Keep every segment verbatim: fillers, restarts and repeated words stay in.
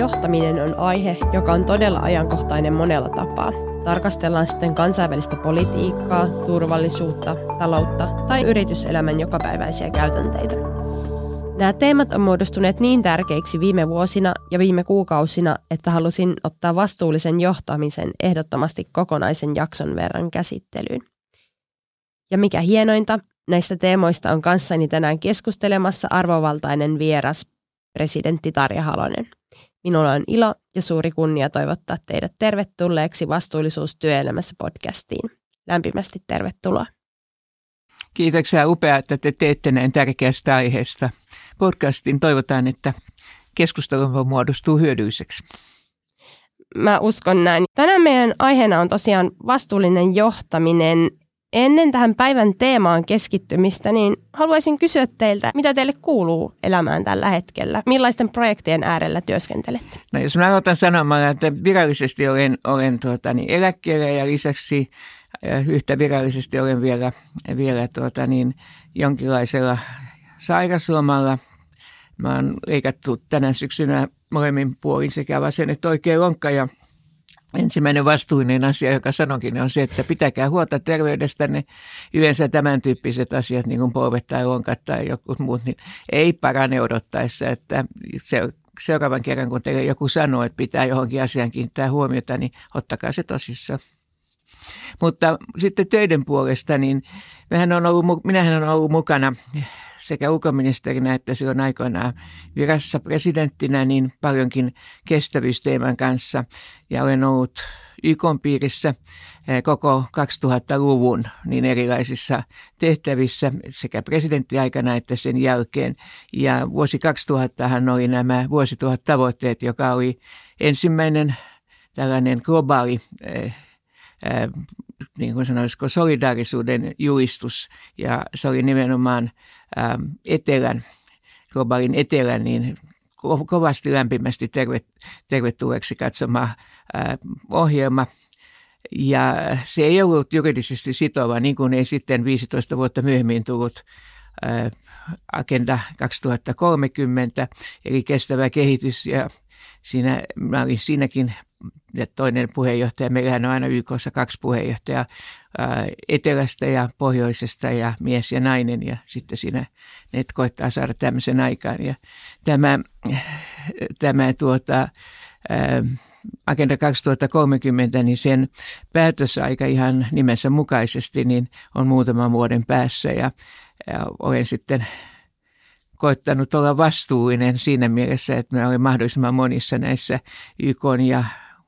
johtaminen on aihe, joka on todella ajankohtainen monella tapaa. Tarkastellaan sitten kansainvälistä politiikkaa, turvallisuutta, taloutta tai yrityselämän jokapäiväisiä käytänteitä. Nämä teemat on muodostuneet niin tärkeiksi viime vuosina ja viime kuukausina, että halusin ottaa vastuullisen johtamisen ehdottomasti kokonaisen jakson verran käsittelyyn. Ja mikä hienointa, näistä teemoista on kanssani tänään keskustelemassa arvovaltainen vieras, presidentti Tarja Halonen. Minulla on ilo ja suuri kunnia toivottaa teidät tervetulleeksi Vastuullisuus työelämässä podcastiin. Lämpimästi tervetuloa. Kiitoksia, upea, että te teette näin tärkeästä aiheesta podcastin. Toivotaan, että keskustelu muodostuu hyödylliseksi. Mä uskon näin. Tänään meidän aiheena on tosiaan vastuullinen johtaminen. Ennen tähän päivän teemaan keskittymistä, niin haluaisin kysyä teiltä, mitä teille kuuluu elämään tällä hetkellä? Millaisten projektien äärellä työskentelette? No jos mä aloitan sanomalla, että virallisesti olen, olen tuota, niin eläkkeellä ja lisäksi yhtä virallisesti olen vielä, vielä tuota, niin, jonkinlaisella sairaslomalla. Mä oon leikattu tänä syksynä molemmin puolin sekä vasen että oikea lonkka ja ensimmäinen vastuullinen asia, joka sanonkin, on se, että pitäkää huolta terveydestänne. Yleensä tämän tyyppiset asiat, niin kuin polvet tai lonkat tai jotkut muut, niin ei parane odottaessa. Että se, seuraavan kerran, kun teille joku sanoo, että pitää johonkin asiaan kiinnittää huomiota, niin ottakaa se tosissaan. Mutta sitten töiden puolesta, niin minähän on ollut, minähän olen ollut mukana sekä ulkoministerinä että silloin aikoinaan virassa presidenttinä niin paljonkin kestävyysteeman kanssa. Ja olen ollut Y K:n piirissä koko kaksituhattaluvun niin erilaisissa tehtävissä sekä presidenttiaikana että sen jälkeen. Ja vuosi kaksituhattahan oli nämä vuosituhattavoitteet, joka oli ensimmäinen tällainen globaali niin kuin sanoisiko, solidaarisuuden julistus, ja se oli nimenomaan ähm, etelän, globaalin etelän, niin ko- kovasti lämpimästi tervet, tervetulleeksi katsoma äh, ohjelma. Ja se ei ollut juridisesti sitova, niin kuin ei sitten viisitoista vuotta myöhemmin tullut äh, Agenda kaksituhattakolmekymmentä, eli kestävä kehitys, ja siinä, mä olin siinäkin ja toinen puheenjohtaja. Meillähän on aina Y K:ssa kaksi puheenjohtajaa, ää, etelästä ja pohjoisesta ja mies ja nainen, ja sitten siinä ne koittaa saada tämmöisen aikaan. Ja tämä, tämä tuota, ää, Agenda kaksituhattakolmekymmentä, niin sen päätösaika ihan nimensä mukaisesti niin on muutaman vuoden päässä, ja, ja olen sitten koittanut olla vastuullinen siinä mielessä, että mä olen mahdollisimman monissa näissä Y K:n ja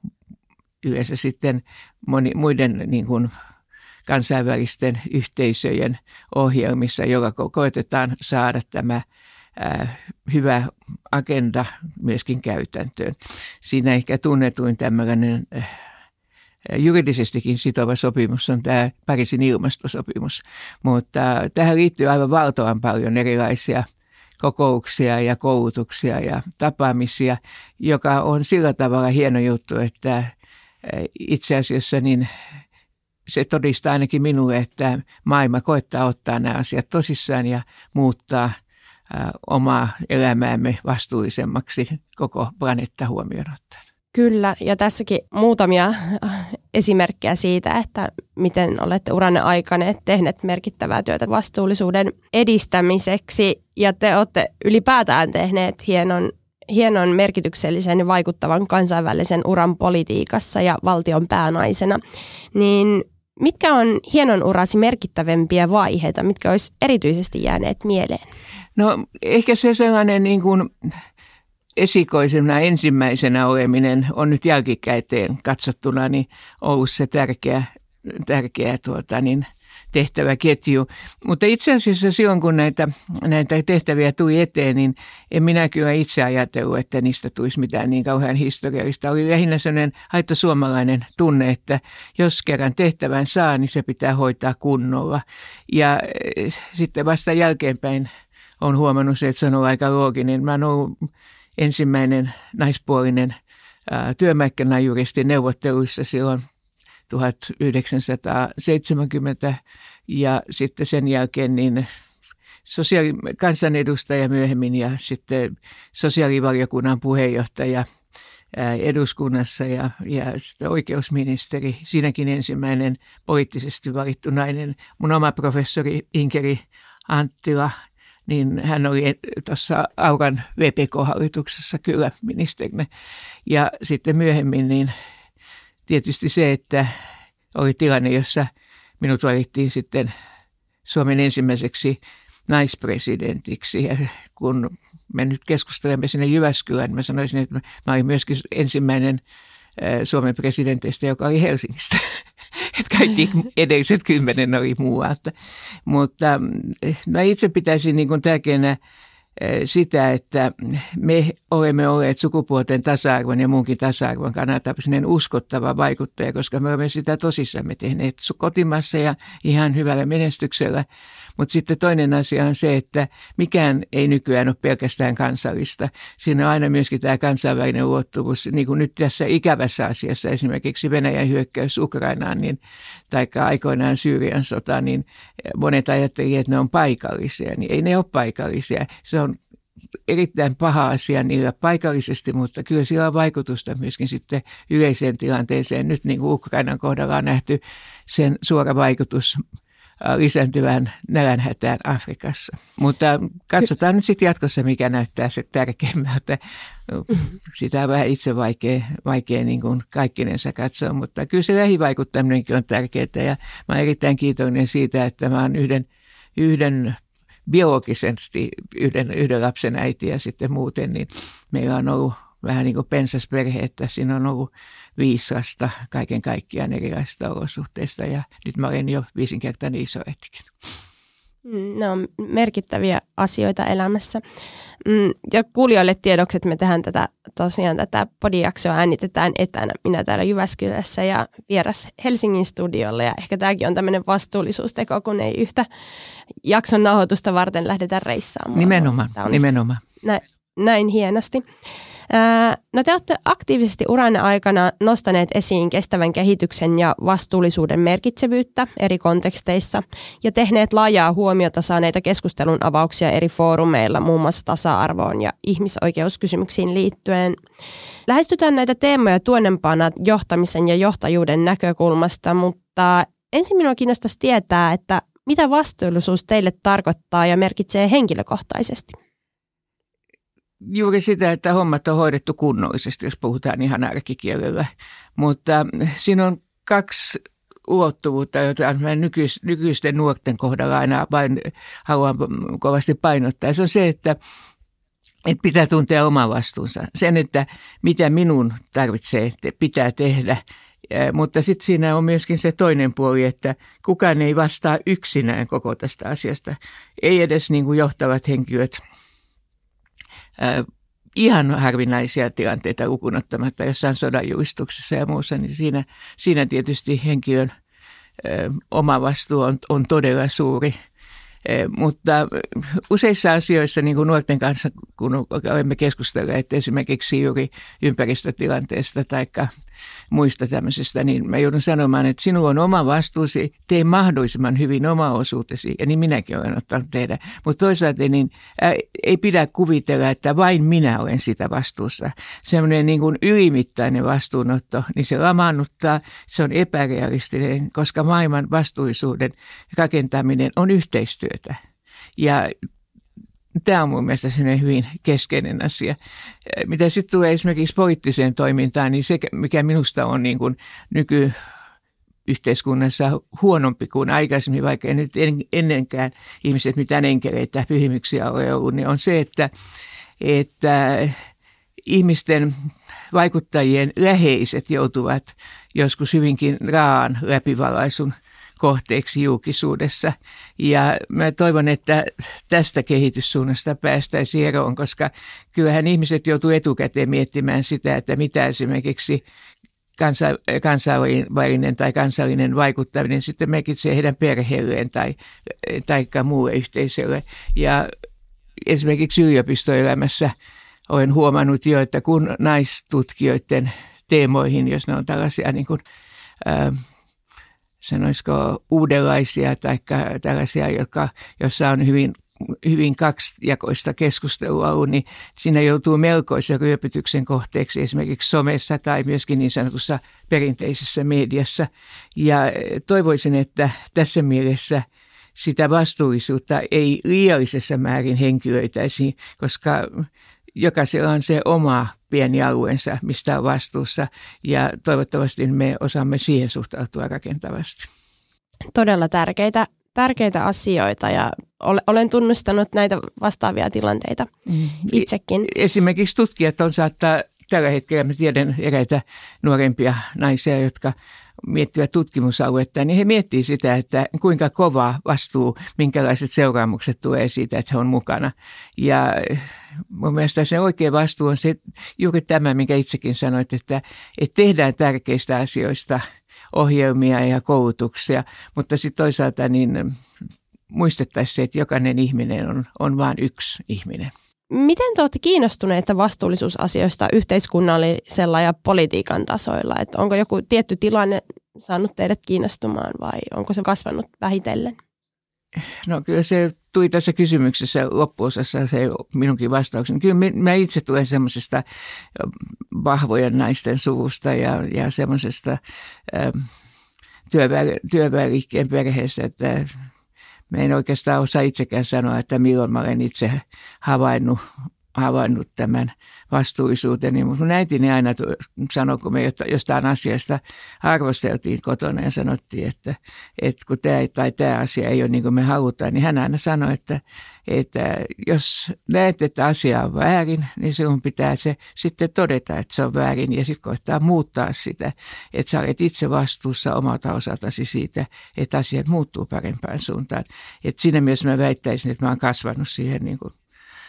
yleensä sitten moni, muiden niin kuin kansainvälisten yhteisöjen ohjelmissa, joka koetetaan saada tämä ää, hyvä agenda myöskin käytäntöön. Siinä ehkä tunnetuin tämmöinen ää, juridisestikin sitova sopimus on tämä Pariisin ilmastosopimus, mutta tähän liittyy aivan valtavan paljon erilaisia kokouksia ja koulutuksia ja tapaamisia, joka on sillä tavalla hieno juttu, että itse asiassa niin se todistaa ainakin minulle, että maailma koettaa ottaa nämä asiat tosissaan ja muuttaa omaa elämäämme vastuullisemmaksi koko planeetta huomioon ottaen. Kyllä, ja tässäkin muutamia esimerkkejä siitä, että miten olette uranne aikana tehneet merkittävää työtä vastuullisuuden edistämiseksi, ja te olette ylipäätään tehneet hienon, hienon merkityksellisen ja vaikuttavan kansainvälisen uran politiikassa ja valtion päänaisena. Niin mitkä on hienon urasi merkittävämpiä vaiheita, mitkä olisi erityisesti jääneet mieleen? No ehkä se sellainen niin kuin esikoisena ensimmäisenä oleminen on nyt jälkikäteen katsottuna niin ollut se tärkeä, tärkeä tuota, niin tehtäväketju. Mutta itse asiassa silloin, kun näitä, näitä tehtäviä tuli eteen, niin en minä kyllä itse ajatellut, että niistä tulisi mitään niin kauhean historiallista. Oli lähinnä sellainen aito suomalainen tunne, että jos kerran tehtävän saa, niin se pitää hoitaa kunnolla. Ja sitten vasta jälkeenpäin olen huomannut se, että se on ollut aika looginen. Mä oon ollut ensimmäinen naispuolinen ää, työmarkkinajuristi neuvotteluissa silloin tuhatyhdeksänsataaseitsemänkymmentä ja sitten sen jälkeen niin sosiaalikansanedustaja myöhemmin ja sitten sosiaalivaliokunnan puheenjohtaja eduskunnassa ja, ja oikeusministeri, siinäkin ensimmäinen poliittisesti valittu nainen. Mun oma professori Inkeri Anttila, niin hän oli tuossa Auran V P K-hallituksessa kyllä ministerinä. Ja sitten myöhemmin niin tietysti se, että oli tilanne, jossa minut valittiin sitten Suomen ensimmäiseksi naispresidentiksi. Ja kun me nyt keskustelemme sinne Jyväskylään, niin mä sanoisin, että mä olin myöskin ensimmäinen Suomen presidenteistä, joka oli Helsingistä. Että kaikki edelliset kymmenen oli muualta. Mutta mä itse pitäisin niin kuin tärkeänä sitä, että me olemme olleet sukupuolten tasa-arvon ja muunkin tasa-arvon kannalta uskottava vaikuttaja, koska me olemme sitä tosissamme tehneet kotimaassa ja ihan hyvällä menestyksellä. Mutta sitten toinen asia on se, että mikään ei nykyään ole pelkästään kansallista. Siinä on aina myöskin tämä kansainvälinen ulottuvuus, niin kuin nyt tässä ikävässä asiassa, esimerkiksi Venäjän hyökkäys Ukrainaan niin, tai aikoinaan Syyrian sota, niin monet ajattelivat, että ne on paikallisia, niin ei ne ole paikallisia. Se on erittäin paha asia niillä paikallisesti, mutta kyllä sillä on vaikutusta myöskin sitten yleiseen tilanteeseen. Nyt niin kuin Ukrainan kohdalla on nähty sen suora vaikutus lisääntyvään nälänhätään Afrikassa. Mutta katsotaan nyt sitten jatkossa, mikä näyttää se tärkeimmältä. Sitä on vähän itse vaikea, vaikea niin kuin kaikkinensa katsoa, mutta kyllä se lähivaikuttaminenkin on tärkeää. Ja mä olen erittäin kiitollinen siitä, että mä olen yhden, yhden biologisesti yhden, yhden lapsen äiti ja sitten muuten, niin meillä on ollut vähän niin kuin pensas perhe, että siinä on ollut viisi lasta kaiken kaikkiaan erilaisista olosuhteista ja nyt mä olen jo viisinkertainen isoäitikin. Ne on merkittäviä asioita elämässä. Ja kuulijoille tiedoksi, että me tehdään tätä, tosiaan tätä podijaksoa äänitetään etänä. Minä täällä Jyväskylässä ja vieras Helsingin studiolla. Ja ehkä tämäkin on tämmöinen vastuullisuusteko, kun ei yhtä jakson nauhoitusta varten lähdetä reissaamaan. Nimenomaan, nimenomaan. Näin, näin hienosti. No te olette aktiivisesti uranne aikana nostaneet esiin kestävän kehityksen ja vastuullisuuden merkitsevyyttä eri konteksteissa ja tehneet laajaa huomiota saaneita keskustelun avauksia eri foorumeilla, muun muassa tasa-arvoon ja ihmisoikeuskysymyksiin liittyen. Lähestytään näitä teemoja tuonnempana johtamisen ja johtajuuden näkökulmasta, mutta ensin minua kiinnostaisi tietää, että mitä vastuullisuus teille tarkoittaa ja merkitsee henkilökohtaisesti? Juuri sitä, että hommat on hoidettu kunnollisesti, jos puhutaan ihan arkikielellä. Mutta siinä on kaksi ulottuvuutta, joita mä nykyis, nykyisten nuorten kohdalla aina vain haluan kovasti painottaa. Se on se, että, että pitää tuntea oma vastuunsa. Sen, että mitä minun tarvitsee, pitää tehdä. Mutta sitten siinä on myöskin se toinen puoli, että kukaan ei vastaa yksinään koko tästä asiasta. Ei edes niin kuin johtavat henkilöt. Äh, ihan harvinaisia tilanteita lukuun ottamatta jossain sodanjulistuksessa ja muussa, niin siinä, siinä tietysti henkilön äh, oma vastuu on, on todella suuri. Eh, mutta useissa asioissa niin kuin nuorten kanssa, kun olemme keskustelleet esimerkiksi juuri ympäristötilanteesta tai muista tämmöisistä, niin mä joudun sanomaan, että sinulla on oma vastuusi, tee mahdollisimman hyvin oma osuutesi, ja niin minäkin olen ottanut tehdä. Mutta toisaalta niin, ää, ei pidä kuvitella, että vain minä olen sitä vastuussa. Sellainen niin kuin ylimittainen vastuunotto, niin se lamaannuttaa, se on epärealistinen, koska maailman vastuullisuuden rakentaminen on yhteistyö. Ja tämä on mun mielestä sellainen hyvin keskeinen asia. Mitä sitten tulee esimerkiksi poliittiseen toimintaan, niin se, mikä minusta on niin kuin nykyyhteiskunnassa huonompi kuin aikaisemmin, vaikka ei nyt ennenkään ihmiset mitään enkeleitä pyhimyksiä ole ollut, niin on se, että, että ihmisten vaikuttajien läheiset joutuvat joskus hyvinkin raaan läpivalaisun kohteeksi julkisuudessa. Ja mä toivon, että tästä kehityssuunnasta päästäisiin eroon, koska kyllähän ihmiset joutuu etukäteen miettimään sitä, että mitä esimerkiksi kansa, kansainvälinen tai kansallinen vaikuttaminen sitten merkitsee heidän perheelleen tai, tai muulle yhteisölle. Ja esimerkiksi yliopistoelämässä olen huomannut jo, että kun naistutkijoiden teemoihin, jos ne on tällaisia niin kuin, ää, sanoisiko uudenlaisia tai tällaisia, jotka, jossa on hyvin hyvin kaksijakoista keskustelua ollut, niin siinä joutuu melkoisen ryöpytyksen kohteeksi esimerkiksi somessa tai myöskin niin sanotussa perinteisessä mediassa. Ja toivoisin, että tässä mielessä sitä vastuullisuutta ei liiallisessa määrin henkilöitäisi, koska jokaisella on se oma pieni alueensa, mistä on vastuussa, ja toivottavasti me osaamme siihen suhtautua rakentavasti. Todella tärkeitä, tärkeitä asioita, ja olen tunnistanut näitä vastaavia tilanteita itsekin. Esimerkiksi tutkijat on saattaa tällä hetkellä, mä tiedän eräitä nuorempia naisia, jotka miettivät tutkimusaluetta, niin he miettivät sitä, että kuinka kova vastuu, minkälaiset seuraamukset tulee siitä, että he on mukana. Ja mun mielestä se oikea vastuu on se, juuri tämä, minkä itsekin sanoit, että, että tehdään tärkeistä asioista ohjelmia ja koulutuksia, mutta sitten toisaalta niin muistettaisiin se, että jokainen ihminen on, on vain yksi ihminen. Miten te olette kiinnostuneita vastuullisuusasioista yhteiskunnallisella ja politiikan tasoilla? Että onko joku tietty tilanne saanut teidät kiinnostumaan vai onko se kasvanut vähitellen? No kyllä se tuli tässä kysymyksessä loppuosassa se minunkin vastaukseni. Kyllä mä itse tulen semmoisesta vahvojen naisten suvusta ja, ja semmoisesta työväenliikkeen perheestä, että mä en oikeastaan osaa itsekään sanoa, että milloin mä olen itse havainnut, havainnut tämän vastuullisuuteni. Mutta mun äitini aina sanoi, kun me jostain asiasta arvosteltiin kotona ja sanottiin, että, että kun tämä tai tämä asia ei ole niin kuin me halutaan, niin hän aina sanoi, että, että jos näet, että asia on väärin, niin sinun pitää se sitten todeta, että se on väärin ja sitten koittaa muuttaa sitä, että sä olet itse vastuussa omalta osaltasi siitä, että asiat muuttuu parempaan suuntaan. Että siinä myös mä väittäisin, että mä oon kasvanut siihen niin kuin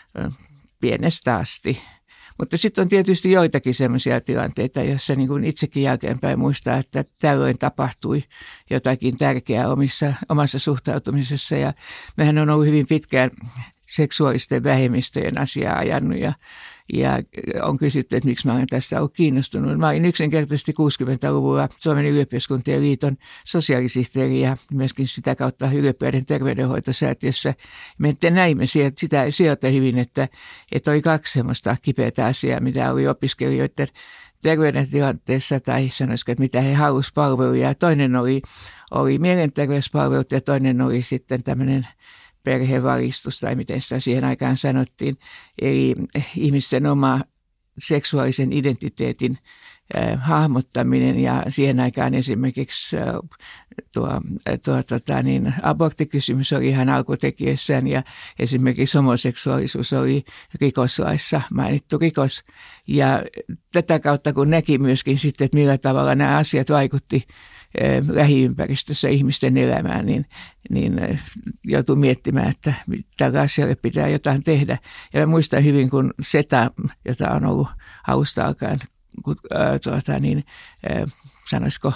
pienestä asti. Mutta sitten on tietysti joitakin sellaisia tilanteita, joissa niin kuin itsekin jälkeenpäin muistaa, että tällöin tapahtui jotakin tärkeää omissa, omassa suhtautumisessa. Ja mehän on ollut hyvin pitkään seksuaalisten vähemmistöjen asiaa ajanut ja, ja on kysytty, että miksi mä olen tästä ollut kiinnostunut. Mä olin yksinkertaisesti kuusikymmentäluvulla Suomen ylioppilaskuntien liiton sosiaalisihteeri ja myöskin sitä kautta yliopistojen terveydenhoitosäätiössä. Me näimme sitä sieltä hyvin, että, että oli kaksi semmoista kipeätä asiaa, mitä oli opiskelijoiden terveydentilanteessa tai sanoisiko, että mitä he halusivat palveluja. Toinen oli, oli mielenterveyspalvelut ja toinen oli sitten tämmöinen perhevalistus tai miten sitä siihen aikaan sanottiin, eli ihmisten oma seksuaalisen identiteetin äh, hahmottaminen ja siihen aikaan esimerkiksi äh, tuo, tuo tota, niin, aborttikysymys oli ihan alkutekijöissään ja esimerkiksi homoseksuaalisuus oli rikoslaissa mainittu rikos ja tätä kautta kun näki myöskin sitten, että millä tavalla nämä asiat vaikutti lähiympäristössä ihmisten elämään, niin, niin joutui miettimään, että tällä asialle pitää jotain tehdä. Ja mä muistan hyvin, kun SETA, jota on ollut alusta alkaen, kun, ää, tuota, niin, ää, sanoisiko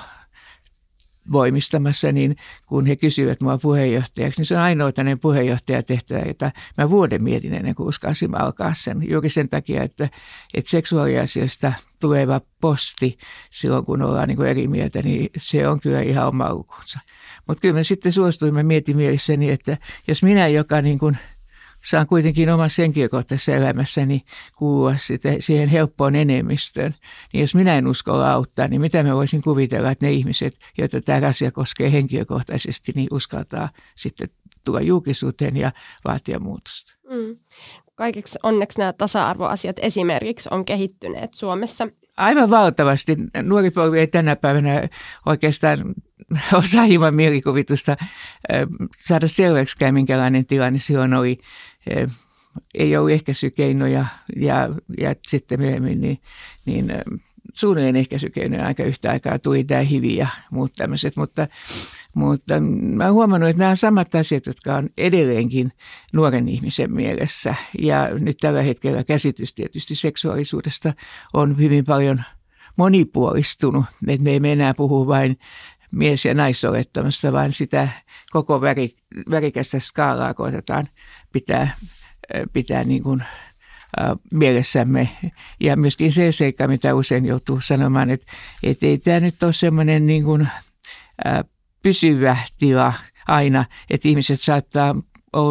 voimistamassa, niin kun he kysyivät mua puheenjohtajaksi, niin se on ainoa tämmöinen puheenjohtajatehtävä, jota mä vuoden mietin ennen kuin uskalsin alkaa sen. Juuri sen takia, että, että seksuaaliasioista tuleva posti silloin, kun ollaan niin kuin eri mieltä, niin se on kyllä ihan oma lukunsa. Mutta kyllä mä sitten suostuin, mä mietin mielessäni, että jos minä, joka niin kuin saan kuitenkin omassa henkilökohtaisessa elämässäni kuulua sitä, siihen helppoon enemmistöön. Niin jos minä en uskalla auttaa, niin mitä mä voisin kuvitella, että ne ihmiset, joita tämä asia koskee henkilökohtaisesti, niin uskaltaa sitten tulla julkisuuteen ja vaatia muutosta. Mm. Kaikeksi onneksi nämä tasa-arvoasiat esimerkiksi on kehittyneet Suomessa. Aivan valtavasti. Nuori polvi ei tänä päivänä oikeastaan osaa ilman mielikuvitusta saada selväksikään, minkälainen tilanne silloin oli. Ei ollut ehkäisykeinoja ja, ja sitten myöhemmin niin, niin suunnilleen ehkäisykeinoja aika yhtä aikaa tuli tämä H I V ja muut tämmöiset, mutta, mutta mä oon huomannut, että nämä on samat asiat, jotka on edelleenkin nuoren ihmisen mielessä ja nyt tällä hetkellä käsitys tietysti seksuaalisuudesta on hyvin paljon monipuolistunut, että me emme enää puhu vain mies- ja naisolettamasta, vaan sitä koko väri, värikästä skaalaa koetetaan pitää, pitää niin kuin, äh, mielessämme. Ja myöskin se seikka, mitä usein joutuu sanomaan, että, että ei tämä nyt ole semmoinen niin kuin, äh, pysyvä tila aina, että ihmiset saattaa olla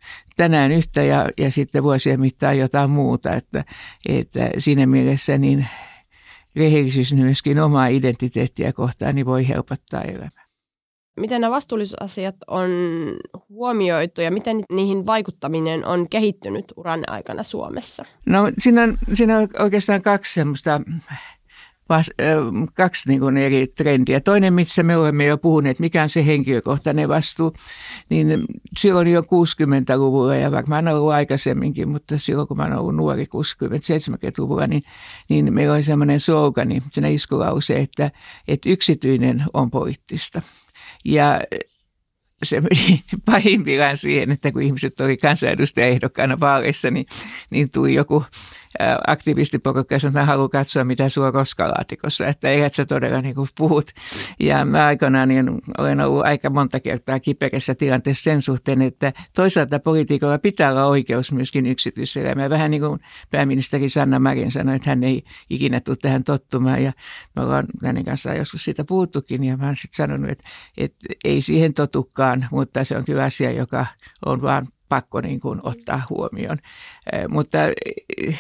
tänään yhtä ja, ja sitten vuosien mittaan jotain muuta. Että, että siinä mielessä niin rehellisyys myöskin omaa identiteettiä kohtaan niin voi helpottaa elämää. Miten nämä vastuullisuusasiat on huomioitu ja miten niihin vaikuttaminen on kehittynyt uran aikana Suomessa? No siinä on, siinä on oikeastaan kaksi semmoista, vas, kaksi niin kuin eri trendiä. Toinen, missä me olemme jo puhuneet, mikä on se henkilökohtainen vastuu, niin silloin jo kuusikymmentäluvulla ja varmaan ollut aikaisemminkin, mutta silloin kun mä olen ollut nuori kuusikymmentä-seitsemänkymmentäluvulla, niin, niin meillä oli semmoinen slogani, semmoinen iskulause, että, että yksityinen on poliittista. Ja se meni pahimmillaan siihen, että kun ihmiset oli kansanedustajaehdokkaana vaaleissa, niin, niin tuli joku aktivistiporukka, jos mä haluan katsoa, mitä sulla on roskalaatikossa, että eivät sä todella niin kuin puhut. Ja mä aikanaan niin olen ollut aika monta kertaa kiperässä tilanteessa sen suhteen, että toisaalta politiikolla pitää olla oikeus myöskin yksityiselämään. Vähän niin kuin pääministeri Sanna Marin sanoi, että hän ei ikinä tule tähän tottumaan ja me ollaan hänen kanssaan joskus siitä puhuttukin ja mä oon sitten sanonut, että, että ei siihen totukaan, mutta se on kyllä asia, joka on vaan pakko niin kuin ottaa huomioon. Eh, mutta eh,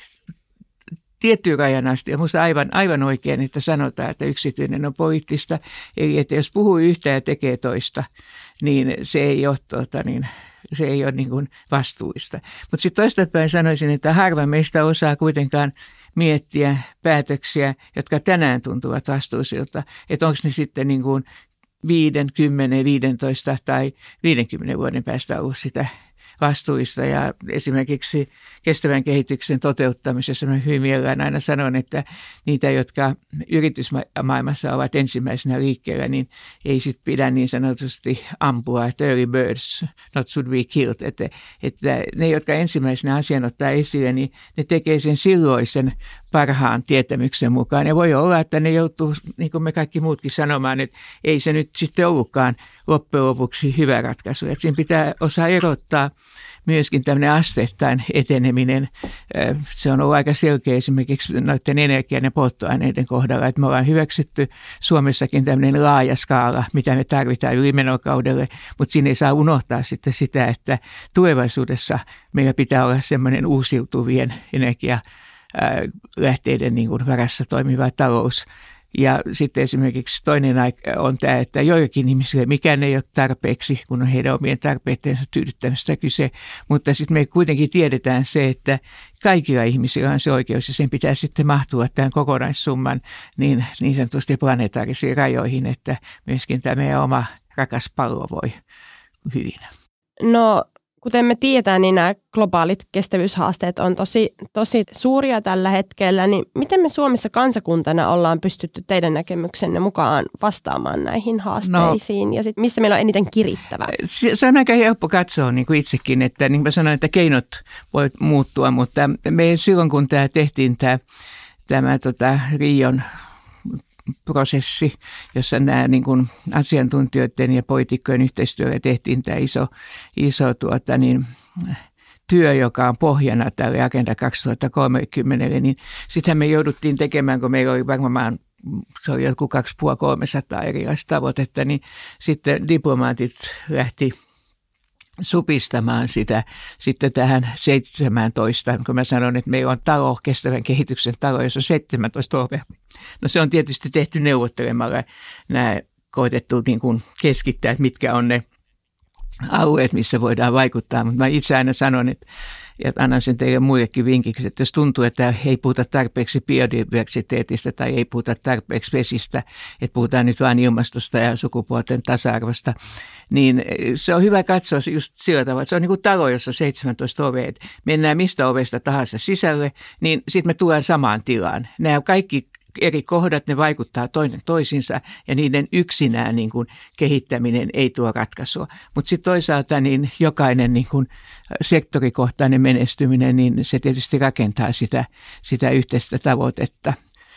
tiettyyn rajan asti on minusta aivan, aivan oikein, että sanotaan, että yksityinen on poliittista. Eli että jos puhuu yhtä ja tekee toista, niin se ei ole, tuota, niin, se ei ole niin kuin vastuullista. Mutta sitten toistapäin sanoisin, että harva meistä osaa kuitenkaan miettiä päätöksiä, jotka tänään tuntuvat vastuullisilta. Että onko ne sitten niin kuin viiden, kymmenen, viidentoista tai viidenkymmenen vuoden päästä ollut sitä vastuista. Ja esimerkiksi kestävän kehityksen toteuttamisessa mä hyvin mielellään aina sanon, että niitä, jotka yritysmaailmassa ovat ensimmäisenä liikkeellä, niin ei sit pidä niin sanotusti ampua, että early birds not should be killed. Että, että ne, jotka ensimmäisenä asian ottaa esille, niin ne tekee sen silloisen parhaan tietämyksen mukaan. Ja voi olla, että ne joutuu, niin kuin me kaikki muutkin sanomaan, että ei se nyt sitten ollutkaan loppujen lopuksi hyvä ratkaisu. Että siinä pitää osaa erottaa myöskin tämmöinen asteittain eteneminen. Se on ollut aika selkeä esimerkiksi noiden energian ja polttoaineiden kohdalla, että me ollaan hyväksytty Suomessakin tämmöinen laaja skaala, mitä me tarvitaan ylimenokaudelle, mutta siinä ei saa unohtaa sitten sitä, että tulevaisuudessa meillä pitää olla semmoinen uusiutuvien energialähteiden niin kuin varassa toimiva talous. Ja sitten esimerkiksi toinen on tämä, että joillakin ihmisille mikään ei ole tarpeeksi, kun on heidän omien tarpeidensa tyydyttämistä kyse. Mutta sitten me kuitenkin tiedetään se, että kaikilla ihmisillä on se oikeus ja sen pitää sitten mahtua tämän kokonaissumman niin, niin sanotusti planetaarisiin rajoihin, että myöskin tämä meidän oma rakas pallo voi hyvin. No, kuten me tiedetään, niin nämä globaalit kestävyyshaasteet on tosi, tosi suuria tällä hetkellä. Niin miten me Suomessa kansakuntana ollaan pystytty teidän näkemyksenne mukaan vastaamaan näihin haasteisiin? No, ja sit, missä meillä on eniten kirittävää? Se on aika helppo katsoa niin kuin itsekin, että niin kuin mä sanoin, että keinot voi muuttua. Mutta me silloin, kun tämä tehtiin tämä, tämä tota, Rion prosessi, jossa nämä niin kuin asiantuntijoiden ja poliitikkojen yhteistyöllä tehtiin tämä iso, iso tuota, niin, työ, joka on pohjana tälle Agenda kaksituhattakolmekymmentä, niin sitähän me jouduttiin tekemään, kun meillä oli varmaan se oli joku kaksisataa kolmesataa erilaista tavoitetta, niin sitten diplomaatit lähti supistamaan sitä sitten tähän seitsemäntoista, kun mä sanon, että meillä on talo, kestävän kehityksen talo, jossa on seitsemäntoista ovea. No se on tietysti tehty neuvottelemalla. Nämä koetettu niin kuin keskittää, että mitkä on ne alueet, missä voidaan vaikuttaa, mutta mä itse aina sanon, että ja annan sen teille muillekin vinkiksi, että jos tuntuu, että ei puhuta tarpeeksi biodiversiteetistä tai ei puhuta tarpeeksi vesistä, että puhutaan nyt vain ilmastosta ja sukupuolten tasa-arvosta, niin se on hyvä katsoa just sillä tavalla, että se on niin kuin talo, jossa on seitsemäntoista ovea. Mennään mistä ovesta tahansa sisälle, niin sitten me tullaan samaan tilaan. Nämä kaikki eri kohdat, ne vaikuttaa toinen toisinsa ja niiden yksinään niin kuin kehittäminen ei tuo ratkaisua. Mutta sitten toisaalta niin jokainen niin kuin sektorikohtainen menestyminen, niin se tietysti rakentaa sitä, sitä yhteistä tavoitetta.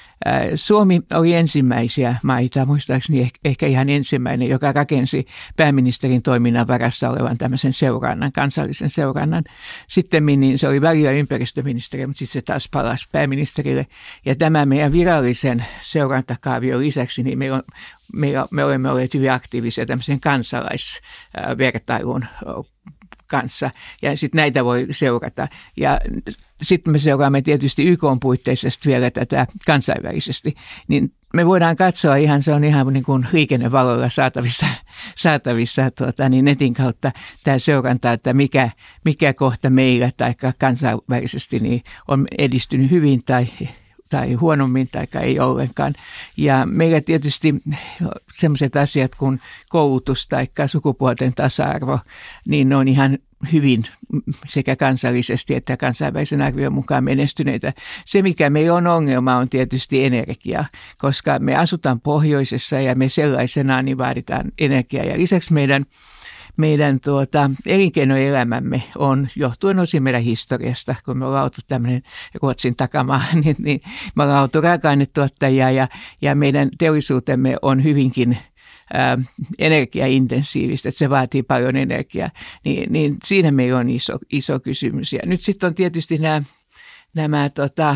Suomi oli ensimmäisiä maita, muistaakseni ehkä ihan ensimmäinen, joka rakensi pääministerin toiminnan varassa olevan tämmöisen seurannan, kansallisen seurannan. Sitten niin se oli välillä ympäristöministeri, mutta sitten se taas palasi pääministerille. Ja tämä meidän virallisen seurantakaavion lisäksi, niin me, on, me, me olemme olleet hyvin aktiivisia tämmöisen kansalaisvertailun kanssa ja sitten näitä voi seurata. Ja sitten me seuraamme tietysti Y K:n puitteissa vielä tätä kansainvälisesti, niin me voidaan katsoa ihan, se on ihan niin kuin liikennevaloilla saatavissa, saatavissa tuota, niin netin kautta tämä seuranta, että mikä, mikä kohta meillä tai kansainvälisesti niin on edistynyt hyvin tai tai huonommin tai ei ollenkaan. Ja meillä tietysti sellaiset asiat kuin koulutus tai sukupuolten tasa-arvo, niin ne on ihan hyvin sekä kansallisesti että kansainvälisen arvion mukaan menestyneitä. Se, mikä meillä on ongelma, on tietysti energia, koska me asutaan pohjoisessa ja me sellaisenaan niin vaaditaan energiaa. Ja lisäksi meidän Meidän tuota, elinkeinoelämämme on, johtuen osin meidän historiasta, kun me ollaan oltu tämmöinen Ruotsin takamaa, niin, niin me ollaan oltu raaka-ainetuottajia ja, ja meidän teollisuutemme on hyvinkin ää, energiaintensiivistä, että se vaatii paljon energiaa, niin, niin siinä meillä on iso, iso kysymys. Ja nyt sitten on tietysti nämä, nämä tota,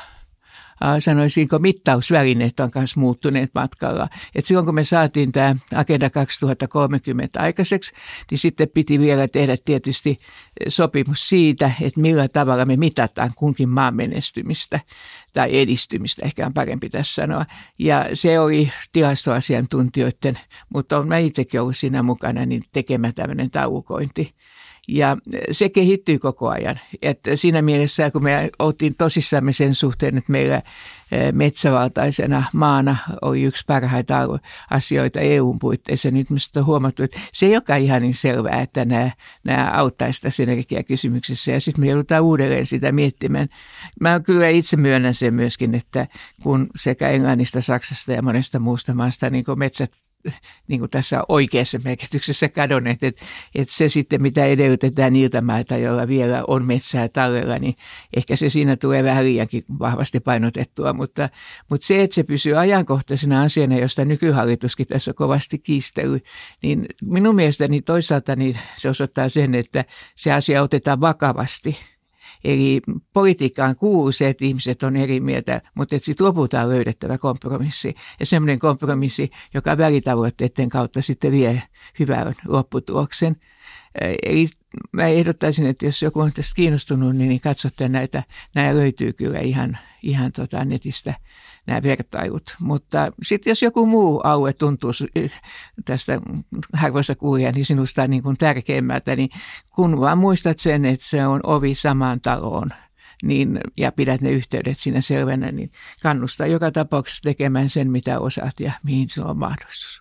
sanoisinko mittausvälineet on myös muuttuneet matkalla. Et silloin kun me saatiin tämä Agenda kaksituhattakolmekymmentä aikaiseksi, niin sitten piti vielä tehdä tietysti sopimus siitä, että millä tavalla me mitataan kunkin maan menestymistä tai edistymistä, ehkä on parempi tässä sanoa. Ja se oli tilastoasiantuntijoiden, mutta olen mä itsekin ollut siinä mukana, niin tekemä tämmöinen taulukointi. Ja se kehittyy koko ajan. Että siinä mielessä, kun me oltiin tosissamme sen suhteen, että meillä metsävaltaisena maana oli yksi parhaita asioita E U:n puitteissa, nyt me on huomattu, että se ei olekaan ihan niin selvää, että nämä, nämä auttaisi tässä energiakysymyksessä. Ja sitten me joudutaan uudelleen sitä miettimään. Mä kyllä itse myönnän sen myöskin, että kun sekä Englannista, Saksasta ja monesta muusta maasta niin kuin metsät niin kuin tässä oikeassa merkityksessä kadonneet, että, että se sitten, mitä edellytetään niiltä mailta, joilla vielä on metsää tallella, niin ehkä se siinä tulee vähän liiankin vahvasti painotettua, mutta, mutta se, että se pysyy ajankohtaisena asiana, josta nykyhallituskin tässä on kovasti kiistellyt, niin minun mielestäni toisaalta niin se osoittaa sen, että se asia otetaan vakavasti. Eli politiikkaan kuuluu se, että ihmiset on eri mieltä, mutta että sitten lopulta on löydettävä kompromissi. Ja semmoinen kompromissi, joka välitavoitteiden kautta sitten vie hyvän lopputuloksen. Eli mä ehdottaisin, että jos joku on tästä kiinnostunut, niin katsotte näitä. Nämä löytyy kyllä ihan, ihan tota netistä, nämä vertailut. Mutta sitten jos joku muu alue tuntuu tästä harvoissa kuulija, niin sinusta niin kuin tärkeimmältä, niin kun vaan muistat sen, että se on ovi samaan taloon, niin, ja pidät ne yhteydet siinä selvänä, niin kannustaa joka tapauksessa tekemään sen, mitä osaat ja mihin sinulla on mahdollisuus.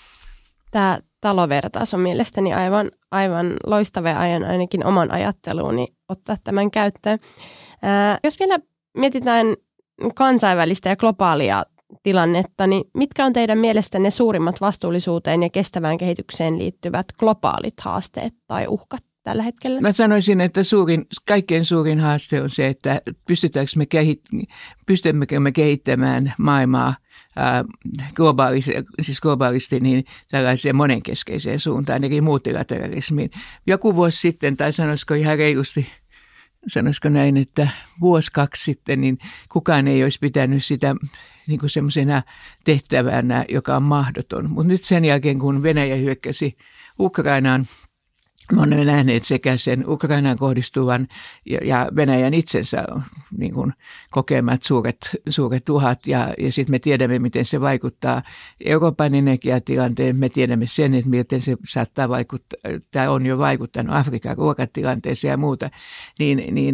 Tämä talovertaus on mielestäni aivan, aivan loistava ja ajan ainakin oman ajatteluuni ottaa tämän käyttöön. Ää, jos vielä mietitään kansainvälistä ja globaalia tilannetta, niin mitkä on teidän mielestänne suurimmat vastuullisuuteen ja kestävään kehitykseen liittyvät globaalit haasteet tai uhkat tällä hetkellä? Mä sanoisin, että suurin, kaikkein suurin haaste on se, että pystytäänkö me, kehit, pystymmekö me kehittämään maailmaa ää, globaalisti, siis globaalisti niin tällaiseen monenkeskeiseen suuntaan, eli multilateralismiin. Joku vuosi sitten, tai sanoisiko ihan reilusti, sanoisiko näin, että vuosi kaksi sitten, niin kukaan ei olisi pitänyt sitä niin kuin semmoisena tehtävänä, joka on mahdoton. Mutta nyt sen jälkeen, kun Venäjä hyökkäsi Ukrainaan, me olemme nähneet sekä sen Ukrainaan kohdistuvan ja Venäjän itsensä niin kuin kokemat suuret, suuret uhat. Ja, ja sitten me tiedämme, miten se vaikuttaa Euroopan energiatilanteen. Me tiedämme sen, että miten se saattaa vaikuttaa, tai on jo vaikuttanut Afrikan ruokatilanteeseen ja muuta. Niin, niin,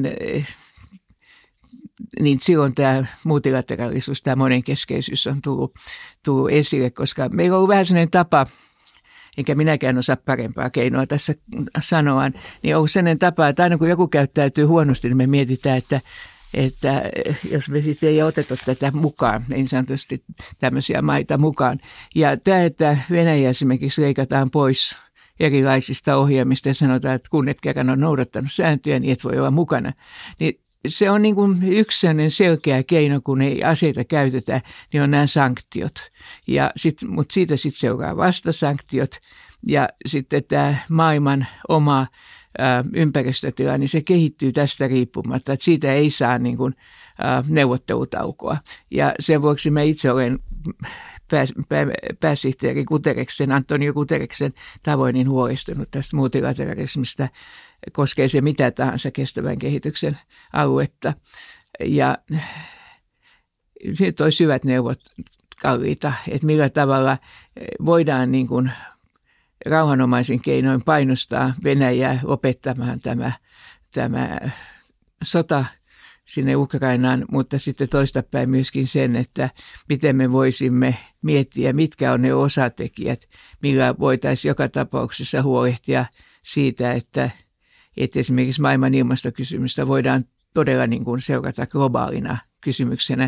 niin silloin tämä multilateraalisuus, tämä monenkeskeisyys on tullut, tullut esille, koska meillä on ollut vähän sellainen tapa, enkä minäkään osaa parempaa keinoa tässä sanoa, niin on sellainen tapa, että aina kun joku käyttäytyy huonosti, niin me mietitään, että, että jos me sitten ei oteta tätä mukaan, niin sanotusti tämmöisiä maita mukaan. Ja tämä, että Venäjä esimerkiksi leikataan pois erilaisista ohjelmista ja sanotaan, että kun et kerran on noudattanut sääntöjä, niin et voi olla mukana, niin se on niin kuin yksi selkeä keino, kun ei aseita käytetä, niin on nämä sanktiot. Ja sit, mutta siitä sitten seuraa vastasanktiot ja sitten tämä maailman oma ää, ympäristötila, niin se kehittyy tästä riippumatta, että siitä ei saa niin kuin, ää, neuvottelutaukoa. Ja sen vuoksi mä itse olen pääs, pää, pääsihteeri Guterreksen, Antonio Guterreksen tavoin niin huolestunut tästä multilateralismista, koskee se mitä tahansa kestävän kehityksen aluetta. Ja nyt olisi hyvät neuvot kalliita, että millä tavalla voidaan niin kuin rauhanomaisin keinoin painostaa Venäjää lopettamaan tämä, tämä sota sinne Ukrainaan, mutta sitten toistapäin myöskin sen, että miten me voisimme miettiä, mitkä on ne osatekijät, millä voitaisiin joka tapauksessa huolehtia siitä, että, että esimerkiksi maailman ilmastokysymystä voidaan todella niin kuin seurata globaalina kysymyksenä.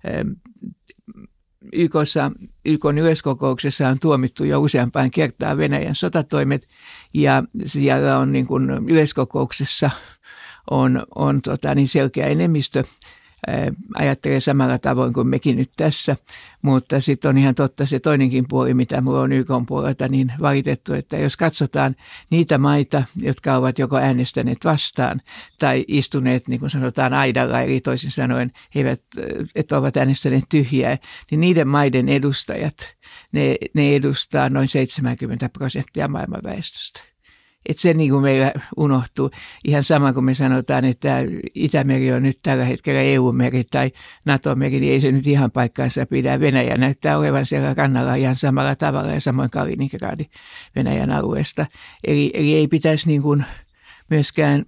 YKssa, YK:n yleiskokouksessa on tuomittu jo useampaan kertaan Venäjän sotatoimet, ja siellä on niin kuin yleiskokouksessa on, on tota, niin selkeä enemmistö, ää, ajattelee samalla tavoin kuin mekin nyt tässä, mutta sitten on ihan totta se toinenkin puoli, mitä minulla on YK:n puolelta niin valitettu, että jos katsotaan niitä maita, jotka ovat joko äänestäneet vastaan tai istuneet, niin kuin sanotaan, aidalla, eli toisin sanoen, he eivät, että ovat äänestäneet tyhjää, niin niiden maiden edustajat, ne, ne edustaa noin seitsemänkymmentä prosenttia maailman väestöstä. Että se niin kuin meillä unohtuu. Ihan sama kuin me sanotaan, että Itämeri on nyt tällä hetkellä E U-meri tai NATO-meri, niin ei se nyt ihan paikkaansa pidä. Venäjä näyttää olevan siellä rannalla ihan samalla tavalla ja samoin Kaliningradi Venäjän alueesta. Eli, eli ei pitäisi niin kuin myöskään,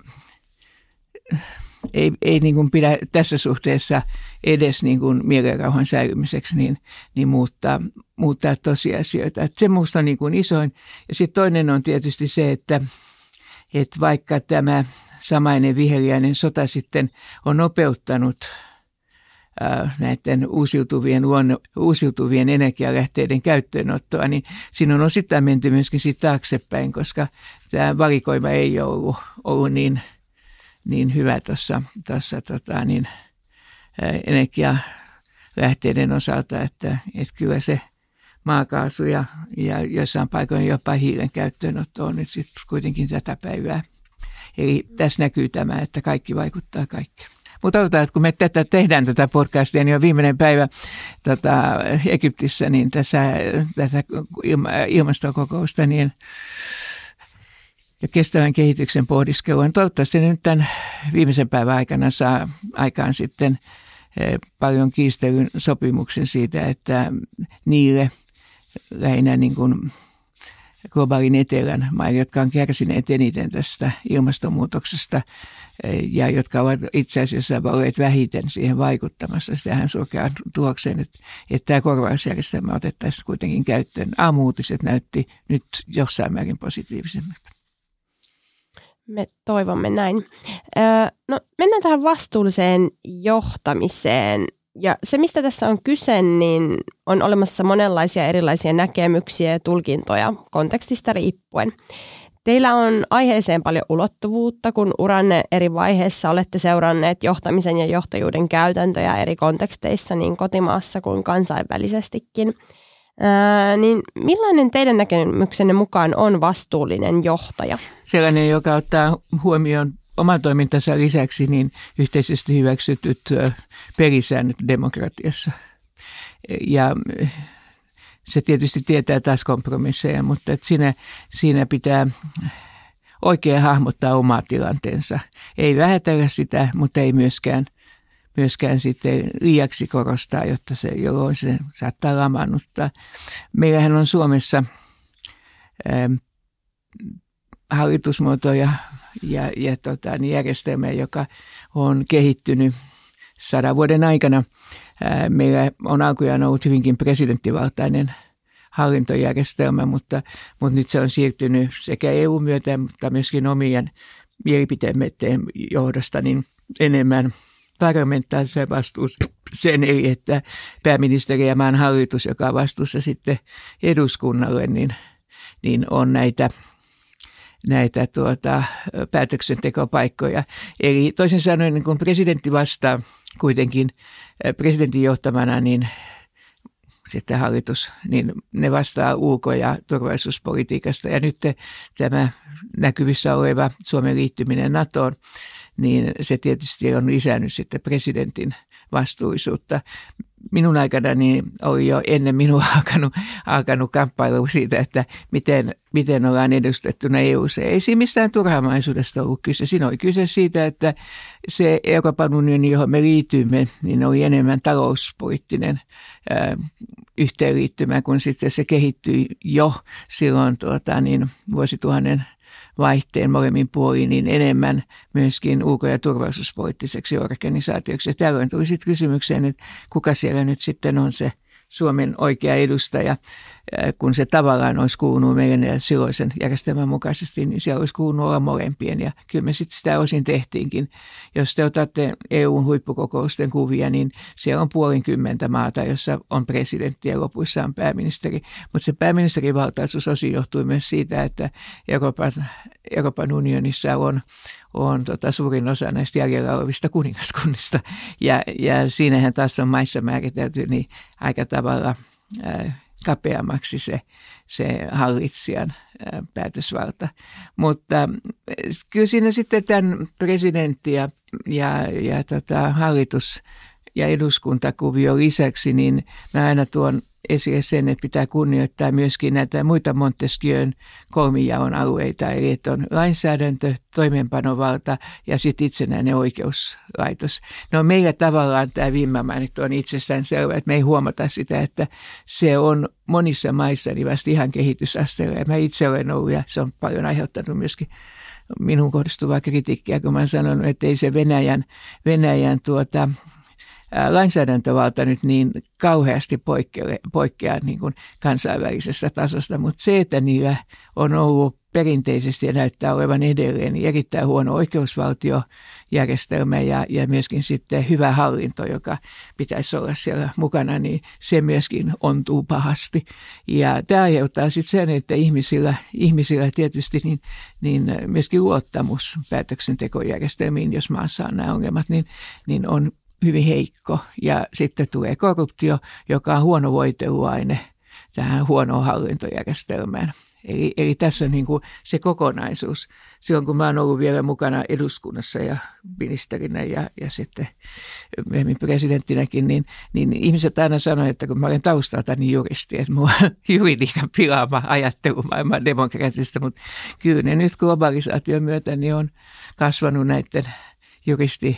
ei, ei niin kuin pidä tässä suhteessa edes niin kuin mielenrauhan säilymiseksi niin, niin muuttaa, muuttaa tosiasioita. Että se minusta on niin kuin isoin. Ja sitten toinen on tietysti se, että, että vaikka tämä samainen viheliäinen sota sitten on nopeuttanut ää, näiden uusiutuvien, luonno, uusiutuvien energialähteiden käyttöönottoa, niin siinä on osittain menty myöskin siitä taaksepäin, koska tämä valikoima ei ole ollut, ollut niin, niin hyvä tuossa, tuossa tota, niin, energialähteiden osalta, että, että kyllä se maakaasu ja, ja jossain paikoin jopa hiilen käyttöönotto on nyt sitten kuitenkin tätä päivää. Eli tässä näkyy tämä, että kaikki vaikuttaa kaikkeen. Mutta otetaan, että kun me tätä tehdään tätä podcastia, niin on viimeinen päivä tota, Egyptissä, niin tässä, tätä ilma, ilmastokokousta, niin ja kestävän kehityksen pohdiskelua. Toivottavasti nyt tämän viimeisen päivän aikana saa aikaan sitten paljon kiistelyn sopimuksen siitä, että niille lähinnä niin kuin globaalin etelän maille, jotka on kärsineet eniten tästä ilmastonmuutoksesta ja jotka ovat itse asiassa olleet vähiten siihen vaikuttamassa tähän surkeaan tulokseen, että, että tämä korvausjärjestelmä otettaisiin kuitenkin käyttöön. Aamu-uutiset näytti nyt jossain määrin positiivisemmalta. Me toivomme näin. Öö, no, mennään tähän vastuulliseen johtamiseen. Ja se, mistä tässä on kyse, niin on olemassa monenlaisia erilaisia näkemyksiä ja tulkintoja kontekstista riippuen. Teillä on aiheeseen paljon ulottuvuutta, kun uranne eri vaiheissa olette seuranneet johtamisen ja johtajuuden käytäntöjä eri konteksteissa niin kotimaassa kuin kansainvälisestikin. Ää, niin millainen teidän näkemyksenne mukaan on vastuullinen johtaja? Sellainen, joka ottaa huomioon oman toimintansa lisäksi niin yhteisesti hyväksytyt pelisäännöt demokratiassa. Ja se tietysti tietää taas kompromisseja, mutta että siinä, siinä pitää oikein hahmottaa omaa tilanteensa. Ei vähätellä sitä, mutta ei myöskään myöskään sitten liiaksi korostaa, jotta se, jolloin se saattaa lamaannuttaa. Meillähän on Suomessa ää, hallitusmuoto ja, ja, ja tota, niin järjestelmä, joka on kehittynyt sadan vuoden aikana. Ää, meillä on alkujaan ollut hyvinkin presidenttivaltainen hallintojärjestelmä, mutta, mutta nyt se on siirtynyt sekä E U-myötä, mutta myöskin omien mielipiteemme johdosta niin enemmän parlamentaarisen vastuuseen, eli että pääministeri ja maan hallitus, joka on vastuussa sitten eduskunnalle, niin, niin on näitä, näitä tuota, päätöksentekopaikkoja. Eli toisin sanoen, niin kun presidentti vastaa kuitenkin presidentin johtamana, niin sitten hallitus, niin ne vastaa ulko- ja turvallisuuspolitiikasta. Ja nyt tämä näkyvissä oleva Suomen liittyminen NATOon, niin se tietysti on lisännyt sitten presidentin vastuullisuutta. minun aikana niin oli jo ennen minua alkanut, alkanut kamppailu siitä, että miten, miten ollaan edustettuna E U:ssa. Ei siinä mistään turhamaisuudesta ollut kyse. Siinä oli kyse siitä, että se Euroopan unioni, johon me liityimme, niin oli enemmän talouspoliittinen ää, yhteenliittymä, kun sitten se kehittyi jo silloin tuota, niin vuosituhannen vaihteen molemmin puolin niin enemmän myöskin ulko- ja turvallisuuspoliittiseksi organisaatioksi. Ja tällöin tuli sitten kysymykseen, että kuka siellä nyt sitten on se Suomen oikea edustaja, kun se tavallaan olisi kuulunut meidän silloisen järjestelmän mukaisesti, niin siellä olisi kuulunut olla molempien. Ja kyllä me sitten sitä osin tehtiinkin. Jos te otatte E U:n huippukokousten kuvia, niin siellä on puolenkymmentä maata, jossa on presidentti ja lopuissa on pääministeri. Mutta se pääministerivaltaisuus osin johtui myös siitä, että Euroopan, Euroopan unionissa on on tota, suurin osa näistä jäljellä olevista kuningaskunnista. Ja, ja siinähän taas on maissa määritelty niin aika tavalla ää, kapeammaksi se, se hallitsijan ää, päätösvalta. Mutta kyllä siinä sitten tämän presidentti ja, ja, ja tota, hallitus ja eduskuntakuvio lisäksi, niin mä aina tuon esille sen, että pitää kunnioittaa myöskin näitä muita Montesquieun kolmijaon alueita, eli että on lainsäädäntö, toimeenpanovalta ja sitten itsenäinen oikeuslaitos. No meillä tavallaan tämä viime mainittu on itsestään selvä, että me ei huomata sitä, että se on monissa maissa niin vasta ihan kehitysasteella. Ja mä itse olen ollut ja se on paljon aiheuttanut myöskin minun kohdistuvaa kritiikkiä, kun mä olen sanonut, että ei se Venäjän, Venäjän tuota, lainsäädäntövalta nyt niin kauheasti poikkea, poikkea niin kuin kansainvälisestä tasosta, mutta se, että niillä on ollut perinteisesti ja näyttää olevan edelleen niin erittäin huono oikeusvaltiojärjestelmä ja, ja myöskin sitten hyvä hallinto, joka pitäisi olla siellä mukana, niin se myöskin ontuu pahasti. Ja tämä aiheuttaa sitten sen, että ihmisillä, ihmisillä tietysti niin, niin myöskin luottamus päätöksentekojärjestelmiin, jos maassa on nämä ongelmat, niin, niin on hyvin heikko ja sitten tulee korruptio, joka on huono voiteluaine tähän huonoon hallintojärjestelmään. Eli, eli tässä on niin kuin se kokonaisuus. Silloin kun mä oon ollut vielä mukana eduskunnassa ja ministerinä ja, ja sitten myöhemmin presidenttinäkin, niin, niin ihmiset aina sanoivat, että kun mä olen taustaltani juristi, että mulla on juridiikan pilaama ajattelu maailman demokratista, mutta kyllä ne nyt globalisaation myötä niin on kasvanut näiden juristi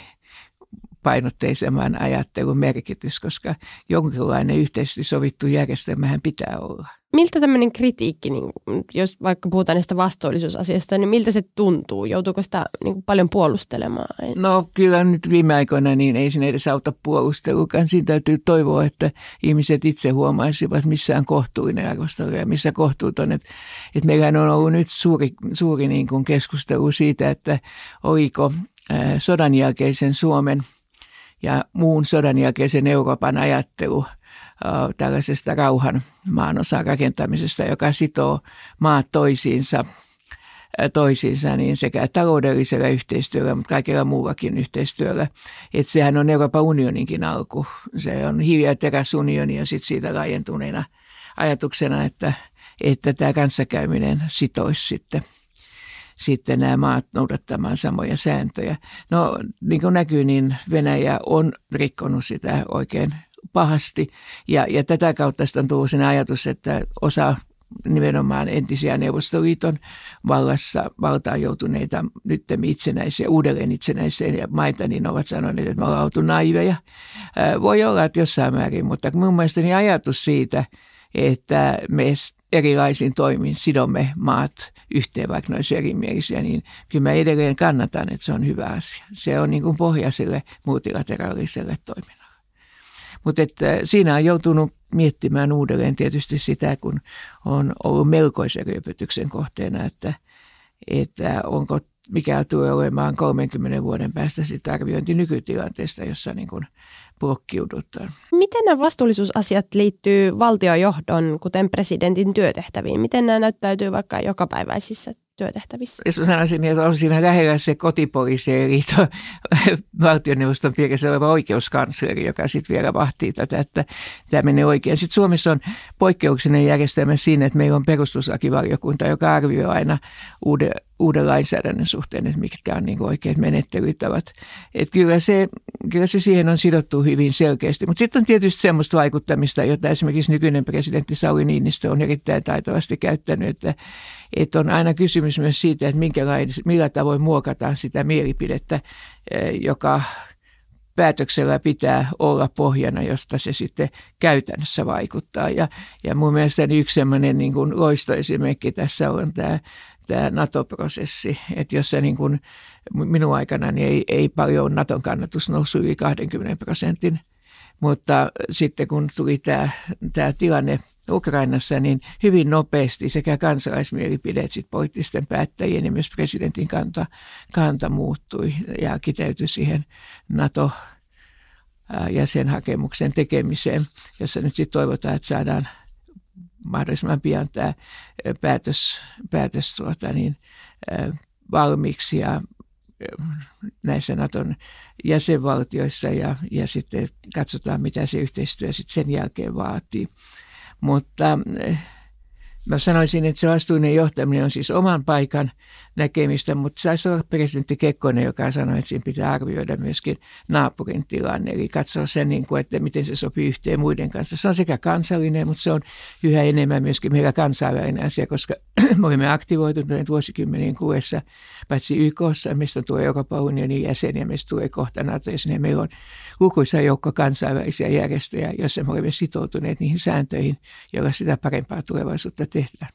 painotteisemman ajattelun merkitys, koska jonkinlainen yhteisesti sovittu järjestelmähän pitää olla. Miltä tämmöinen kritiikki, niin jos vaikka puhutaan näistä vastuullisuusasiasta, niin miltä se tuntuu? Joutuuko sitä niin paljon puolustelemaan? No kyllä nyt viime aikoina niin ei siinä edes auta puolustelukaan. Siinä täytyy toivoa, että ihmiset itse huomaisivat, missä on kohtuullinen arvostelu ja missä kohtuuton. Että, että meillä on ollut nyt suuri, suuri niin kuin keskustelu siitä, että oliko sodan jälkeisen Suomen ja muun sodan jälkeisen Euroopan ajattelu tällaisesta rauhan maanosan rakentamisesta, joka sitoo maat toisiinsa, toisiinsa niin sekä taloudellisella yhteistyöllä, mutta kaikella muullakin yhteistyöllä. Että sehän on Euroopan unioninkin alku. Se on hiili- ja teräsunioni ja sitten siitä laajentuneena ajatuksena, että, että tämä kanssakäyminen sitoisi sitten. sitten nämä maat noudattamaan samoja sääntöjä. No niin kuin näkyy, niin Venäjä on rikkonut sitä oikein pahasti ja, ja tätä kautta on tullut sen ajatus, että osa nimenomaan entisiä Neuvostoliiton vallassa valtaan joutuneita nyt itsenäisiä, uudelleen itsenäisiä maita, niin ovat sanoneet, että me ollaan oltu naiveja. Voi olla, että jossain määrin, mutta mun mielestäni ajatus siitä, että me erilaisin toimin sidomme maat yhteen, vaikka ne olisi erimielisiä, niin kyllä mä edelleen kannatan, että se on hyvä asia. Se on niin kuin pohja sille multilateraaliselle toiminnalle. Mutta siinä on joutunut miettimään uudelleen tietysti sitä, kun on ollut melkoisen ryöpytyksen kohteena, että, että onko, mikä tulee olemaan kolmenkymmenen vuoden päästä sitä arviointi nykytilanteesta, jossa niin kuin blokkiudutaan. Miten nämä vastuullisuusasiat liittyy valtiojohdon, kuten presidentin työtehtäviin? Miten nämä näyttäytyy vaikka jokapäiväisissä työtehtävissä? Jos sanoisin, että on siinä lähellä se kotipoliisi, eli valtioneuvoston piirissä oleva oikeuskansleri, joka sitten vielä vahtii tätä, että tämä menee oikein. Sitten Suomessa on poikkeuksellinen järjestelmä siinä, että meillä on perustuslakivaliokunta, joka arvioi aina uuden, uuden lainsäädännön suhteen, että mitkä on niin oikeat menettelytavat. Että kyllä se kyllä se siihen on sidottu hyvin selkeästi. Mutta sitten on tietysti semmoista vaikuttamista, jota esimerkiksi nykyinen presidentti Sauli Niinistö on erittäin taitavasti käyttänyt, että, että on aina kysymys myös siitä, että millä tavoin muokataan sitä mielipidettä, joka päätöksellä pitää olla pohjana, josta se sitten käytännössä vaikuttaa. Ja, ja mun mielestäni yksi sellainen niin kuin loistoesimerkki tässä on tämä, tämä NATO-prosessi, että jossa niin kuin minun aikana niin ei, ei paljon Naton kannatus noussut yli kaksikymmentä prosentin, mutta sitten kun tuli tämä, tämä tilanne Ukrainassa, niin hyvin nopeasti sekä kansalaismielipide, että sitten poliittisten päättäjien ja myös presidentin kanta, kanta muuttui ja kiteytyi siihen NATO-jäsenhakemuksen tekemiseen, jossa nyt sitten toivotaan, että saadaan mahdollisimman pian tämä päätös, päätös tuota niin, valmiiksi ja näissä Naton jäsenvaltioissa ja, ja sitten katsotaan, mitä se yhteistyö sitten sen jälkeen vaatii. Mutta mä sanoisin, että se vastuullinen johtaminen on siis oman paikan näkemistä, mutta saisi olla presidentti Kekkonen, joka sanoi, että siinä pitää arvioida myöskin naapurin tilanne, eli katsoa sen, niin kuin, että miten se sopii yhteen muiden kanssa. Se on sekä kansallinen, mutta se on yhä enemmän myöskin meillä kansainvälinen asia, koska me olemme aktivoituneet vuosikymmenien kuluessa, paitsi Y K:ssa, mistä tulee Euroopan unionin jäseniä, mistä tulee kohta NATO-jäseniä. Meillä on lukuisa joukko kansainvälisiä järjestöjä, joissa me olemme sitoutuneet niihin sääntöihin, joilla sitä parempaa tulevaisuutta tehdään.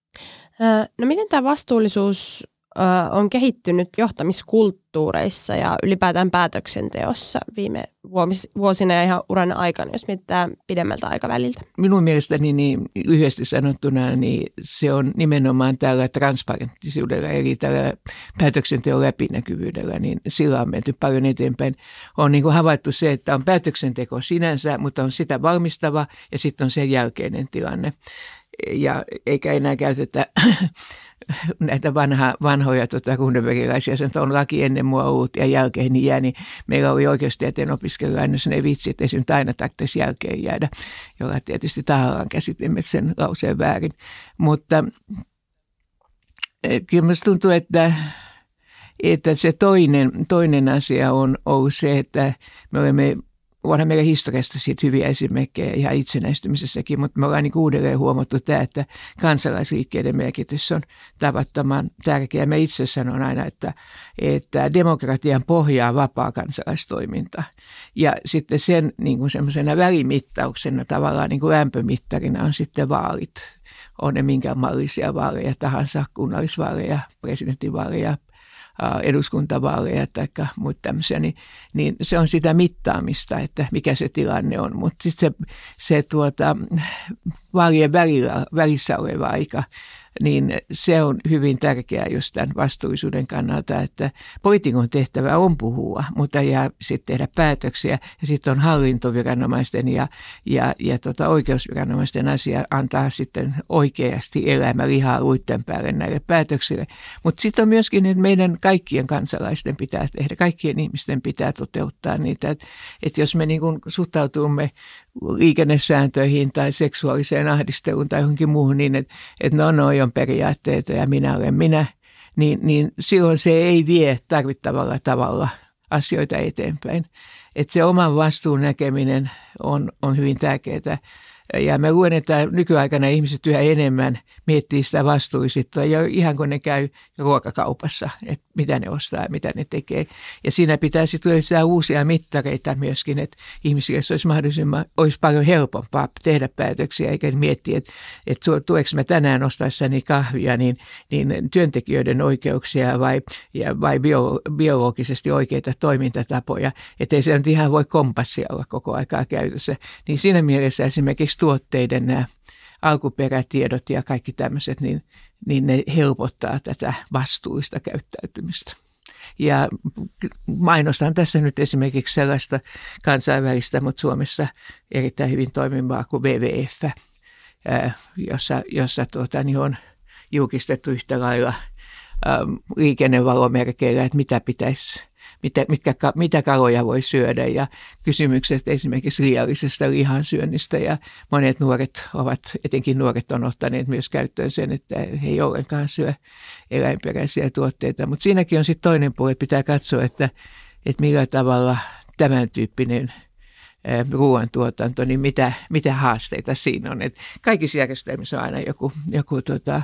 No miten tämä vastuullisuus on kehittynyt johtamiskulttuureissa ja ylipäätään päätöksenteossa viime vuosina ja ihan uran aikana, jos mietitään pidemmältä aikaväliltä? Minun mielestäni niin lyhyesti sanottuna niin se on nimenomaan tällä transparenttisuudella, eli tällä päätöksenteon läpinäkyvyydellä, niin sillä on menty paljon eteenpäin. On niin kuin havaittu se, että on päätöksenteko sinänsä, mutta on sitä valmistava ja sitten on sen jälkeinen tilanne. Ja eikä enää käytetä näitä vanha, vanhoja tota, kundenverilaisia, sen on laki ennen mua ollut ja jälkeen niin jää, niin meillä oli oikeustieteen opiskelijoilla aina ne vitsi, että esimerkiksi aina tarvitsisi jälkeen jäädä, jolla tietysti tahallaan käsitimme sen lauseen väärin. Mutta kyllä minusta tuntuu, että, että se toinen, toinen asia on ollut se, että me olemme onhan meillä historiasta siitä hyviä esimerkkejä ihan itsenäistymisessäkin, mutta me ollaan niin uudelleen huomattu tämä, että kansalaisliikkeiden merkitys on tavattoman tärkeä. Mä itse sanon aina, että, että demokratian pohjaa vapaa kansalaistoiminta. Ja sitten sen niin kuin semmoisena välimittauksena tavallaan niin kuin lämpömittarina on sitten vaalit. On ne minkä mallisia vaaleja tahansa, kunnallisvaaleja, presidentinvaaleja, eduskuntavaaleja tai muita tämmöisiä, niin, niin se on sitä mittaamista, että mikä se tilanne on. Mutta sitten se, se tuota, vaalien välillä, välissä oleva aika, niin se on hyvin tärkeää just tämän vastuullisuuden kannalta, että poliitikon tehtävä on puhua, mutta ja sitten tehdä päätöksiä. Ja sitten on hallintoviranomaisten ja, ja, ja tota oikeusviranomaisten asia antaa sitten oikeasti elämä lihaa luitten päälle näille päätöksille. Mutta sitten on myöskin, että meidän kaikkien kansalaisten pitää tehdä, kaikkien ihmisten pitää toteuttaa niitä. Että et jos me niin kun suhtautumme liikennesääntöihin tai seksuaaliseen ahdisteluun tai johonkin muuhun niin, että et no noi on periaatteita ja minä olen minä, niin, niin silloin se ei vie tarvittavalla tavalla asioita eteenpäin. Että se oman vastuun näkeminen on, on hyvin tärkeää. Ja mä luen, että nykyaikana ihmiset yhä enemmän miettii sitä vastuullisuutta ja ihan kun ne käy ruokakaupassa, että mitä ne ostaa ja mitä ne tekee. Ja siinä pitää sitten löytää uusia mittareita myöskin, että ihmisille se olisi mahdollisimman, olisi paljon helpompaa tehdä päätöksiä, eikä miettiä, että, että tueks mä tänään ostaessani kahvia, niin, niin työntekijöiden oikeuksia vai, ja, vai bio, biologisesti oikeita toimintatapoja, että ei se nyt ihan voi kompassia olla koko aikaa käytössä. Niin siinä mielessä esimerkiksi tuotteiden nämä alkuperätiedot ja kaikki tämmöiset, niin, niin ne helpottaa tätä vastuullista käyttäytymistä. Ja mainostan tässä nyt esimerkiksi sellaista kansainvälistä, mutta Suomessa erittäin hyvin toimivaa kuin W W F, jossa, jossa tuota, niin on julkistettu yhtä lailla liikennevalomerkeillä, että mitä pitäisi Mitä, mitkä, mitä kaloja voi syödä ja kysymykset esimerkiksi liiallisesta lihansyönnistä ja monet nuoret ovat, etenkin nuoret on ottaneet myös käyttöön sen, että he ei ollenkaan syö eläinperäisiä tuotteita, mutta siinäkin on sitten toinen puoli, että pitää katsoa, että, että millä tavalla tämän tyyppinen ruoantuotanto, niin mitä, mitä haasteita siinä on. Et kaikissa järjestelmissä on aina joku, joku tota,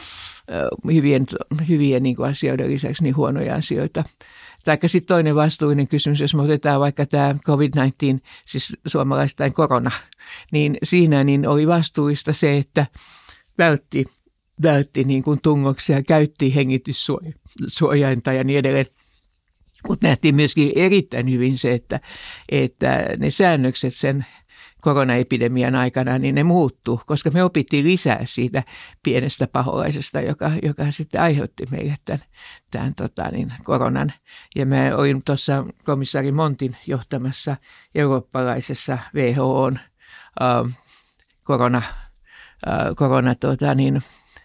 hyvien, hyvien niin kuin asioiden lisäksi niin huonoja asioita. Taikka sitten toinen vastuullinen kysymys, jos me otetaan vaikka tämä covid yhdeksäntoista, siis suomalaistain korona, niin siinä niin oli vastuullista se, että vältti, vältti niin kuin tungoksia, käytti hengityssuojainta ja niin edelleen. Mutta nähtiin myöskin erittäin hyvin se, että, että ne säännökset sen koronaepidemian aikana, niin ne muuttuu, koska me opittiin lisää siitä pienestä paholaisesta, joka, joka sitten aiheutti meille tämän, tämän tota, niin, koronan. Ja mä olin tuossa komissaari Montin johtamassa eurooppalaisessa W H O:n äh, korona, äh, korona tota, niin,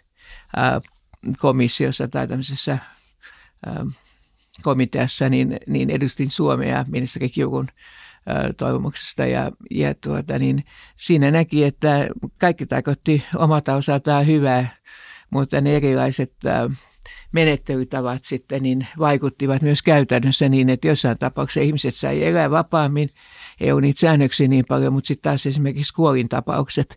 äh, komissiossa tai tämmöisessä äh, komiteassa, niin, niin edustin Suomea ministeri Kiurun toivomuksesta ja, ja tuota, niin siinä näki, että kaikki tarkoitti omalta osaltaan hyvää, mutta ne erilaiset menettelytavat sitten niin vaikuttivat myös käytännössä niin, että jossain tapauksessa ihmiset sai elää vapaammin, ei ole niitä säännöksiä niin paljon, mutta sitten taas esimerkiksi kuolintapaukset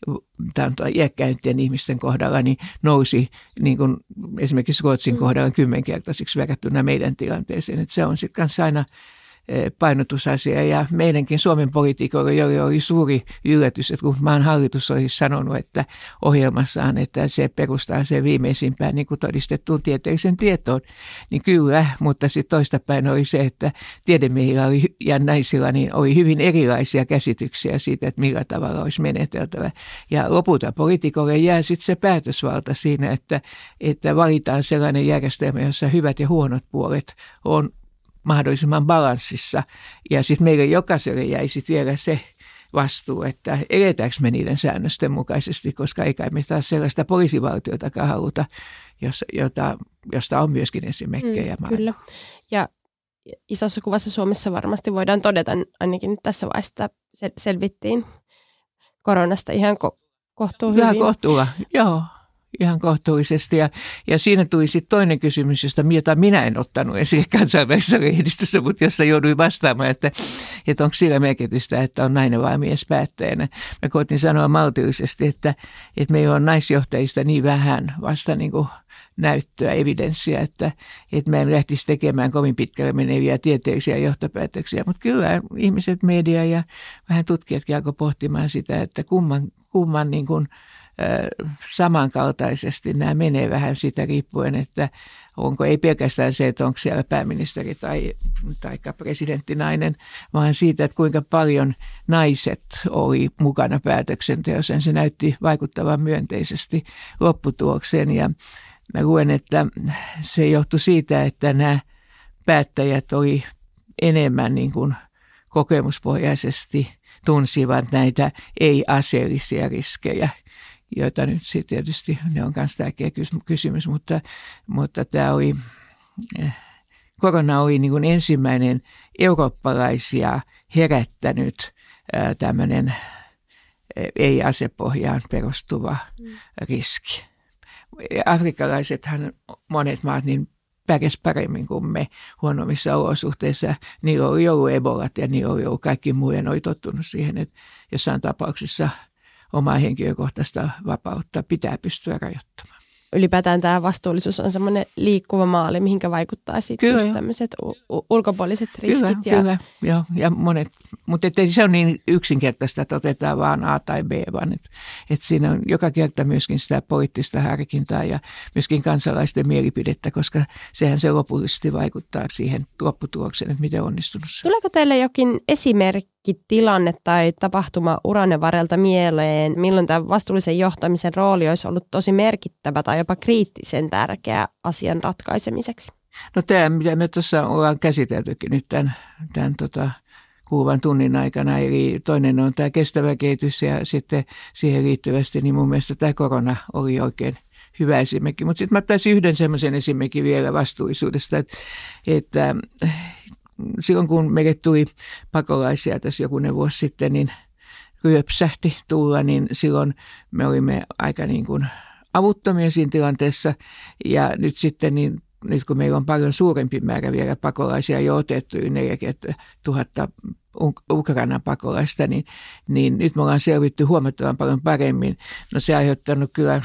iäkkäintien ihmisten kohdalla niin nousi niin kuin esimerkiksi Ruotsin kohdalla kymmenkertaisiksi verrattuna meidän tilanteeseen, että se on sitten kanssa aina painotusasia ja meidänkin Suomen poliitikoilla, joilla oli suuri yllätys, että kun maan hallitus olisi sanonut, että ohjelmassaan, että se perustaa sen viimeisimpään niin kuin todistettuun tieteellisen tietoon, niin kyllä, mutta sitten toistapäin oli se, että tiedemiehillä oli, ja naisilla niin oli hyvin erilaisia käsityksiä siitä, että millä tavalla olisi meneteltävä. Ja lopulta poliitikoille jää sitten se päätösvalta siinä, että, että valitaan sellainen järjestelmä, jossa hyvät ja huonot puolet on mahdollisimman balanssissa. Ja sitten meille jokaiselle jäi sitten vielä se vastuu, että eletäänkö me niiden säännösten mukaisesti, koska eikä me taas sellaista poliisivaltiotakaan haluta, jos, jota, josta on myöskin esimerkkejä. Mm, kyllä. Ja isossa kuvassa Suomessa varmasti voidaan todeta, ainakin nyt tässä vaiheessa sel- selvittiin koronasta ihan ko- kohtuu hyvin. Ihan kohtuulla, joo. Ihan kohtuullisesti. Ja, ja siinä tuli sitten toinen kysymys, josta jota minä en ottanut esille kansainvälisessä lehdistössä, mutta jossa jouduin vastaamaan, että, että onko sillä merkitystä, että on nainen vai mies päättäjänä. Mä koitin sanoa maltillisesti, että, että meillä on naisjohtajista niin vähän vasta niin kuin näyttöä, evidenssiä, että, että mä en lähtisi tekemään kovin pitkälle meneviä tieteellisiä johtopäätöksiä. Mutta kyllä ihmiset, media ja vähän tutkijatkin alkoi pohtimaan sitä, että kumman, kumman niin kuin samankaltaisesti nämä menee vähän sitä riippuen, että onko ei pelkästään se, että onko siellä pääministeri tai, tai presidenttinainen, vaan siitä, että kuinka paljon naiset oli mukana päätöksenteossa. Se näytti vaikuttavan myönteisesti lopputulokseen ja mä luen, että se johtui siitä, että nämä päättäjät oli enemmän niin kuin kokemuspohjaisesti tunsivat näitä ei-aseellisia riskejä, joita nyt sitten tietysti ne on myös tärkeä kysymys, mutta, mutta tämä oli, korona oli niin kuin ensimmäinen eurooppalaisia herättänyt ää, tämmöinen ei-asepohjaan perustuva mm. riski. Afrikkalaisethan monet maat niin pärjäs paremmin kuin me huonommissa olosuhteissa. Niillä oli ollut ebolat ja niillä oli ollut kaikki muu ja ne oli tottunut siihen, että jossain tapauksessa omaa henkilökohtaista vapautta pitää pystyä rajoittamaan. Ylipäätään tämä vastuullisuus on semmoinen liikkuva maali, mihinkä vaikuttaa sitten just tämmöiset u- ulkopuoliset riskit. Kyllä, ja... kyllä joo, ja monet, mutta ettei se on niin yksinkertaista, että otetaan vaan A tai B, vaan että, että siinä on joka kerta myöskin sitä poliittista harkintaa ja myöskin kansalaisten mielipidettä, koska sehän se lopullisesti vaikuttaa siihen lopputulokseen, että miten onnistunut se. Tuleeko teille jokin esimerkki, tilanne tai tapahtuma uranne varrelta mieleen, milloin tämä vastuullisen johtamisen rooli olisi ollut tosi merkittävä tai jopa kriittisen tärkeä asian ratkaisemiseksi? No tämä, mitä me tuossa ollaan käsiteltykin nyt tämän, tämän tota, kuluvan tunnin aikana, eli toinen on tämä kestävä kehitys ja sitten siihen liittyvästi, niin mun mielestä tämä korona oli oikein hyvä esimerkki. Mutta sitten mä ottaisin yhden semmoisen esimerkin vielä vastuullisuudesta, että, että silloin kun meille tuli pakolaisia tässä jokunen vuosi sitten, niin ryöpsähti tulla, niin silloin me olimme aika niin kuin avuttomia siinä tilanteessa. Ja nyt sitten niin nyt kun meillä on paljon suurempi määrä vielä pakolaisia jo otettu, neljäkymmentätuhatta Ukrainan pakolaista, niin, niin nyt me ollaan selvitty huomattavan paljon paremmin. No se on aiheuttanut kyllä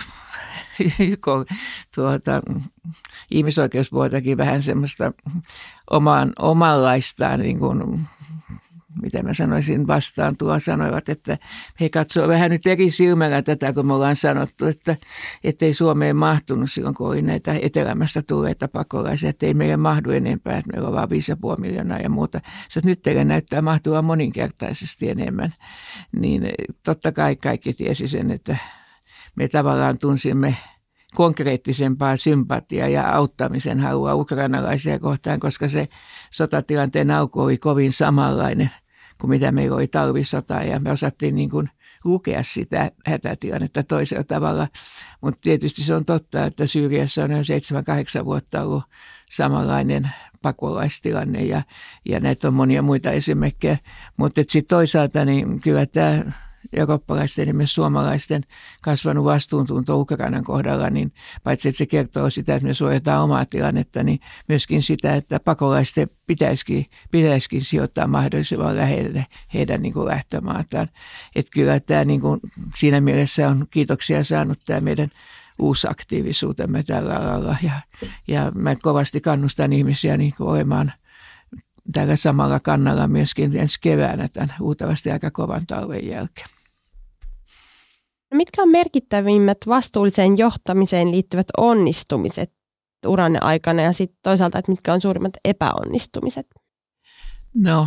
tuota, ihmisoikeuspuoltakin vähän semmoista omaan, omanlaistaan, niin kuin, mitä mä sanoisin vastaan tuo, sanoivat, että he katsoo vähän nyt eri silmällä tätä, kun me ollaan sanottu, että ei Suomeen mahtunut silloin, kun oli näitä etelämästä tulleita pakolaisia, että ei meille mahdu enempää, että meillä on vain viisi pilkku viisi miljoonaa ja muuta. Se nyt teille näyttää mahtuvan moninkertaisesti enemmän, niin totta kai kaikki tiesi sen, että me tavallaan tunsimme konkreettisempaa sympatiaa ja auttamisen halua ukrainalaisia kohtaan, koska se sotatilanteen alku oli kovin samanlainen kuin mitä meillä oli talvisota ja me osattiin niin kuin lukea sitä hätätilannetta toisella tavalla. Mutta tietysti se on totta, että Syyriassa on jo seitsemän kahdeksan vuotta ollut samanlainen pakolaistilanne ja, ja näitä on monia muita esimerkkejä. Mutta sitten toisaalta niin kyllä tämä eurooppalaisten ja myös suomalaisten kasvanut vastuuntunto Ukrainan kohdalla, niin paitsi että se kertoo sitä, että me suojataan omaa tilannetta, niin myöskin sitä, että pakolaisten pitäisikin, pitäisikin sijoittaa mahdollisimman lähelle heidän niin kuin lähtömaataan. Että kyllä tämä niin kuin, siinä mielessä on kiitoksia saanut tämä meidän uusi aktiivisuutemme tällä alalla ja, ja mä kovasti kannustan ihmisiä niin kuin olemaan tällä samalla kannalla myöskin ensi keväänä tämän uutavasti aika kovan talven jälkeen. Mitkä on merkittävimmät vastuulliseen johtamiseen liittyvät onnistumiset uranne aikana ja sitten toisaalta, että mitkä on suurimmat epäonnistumiset? No,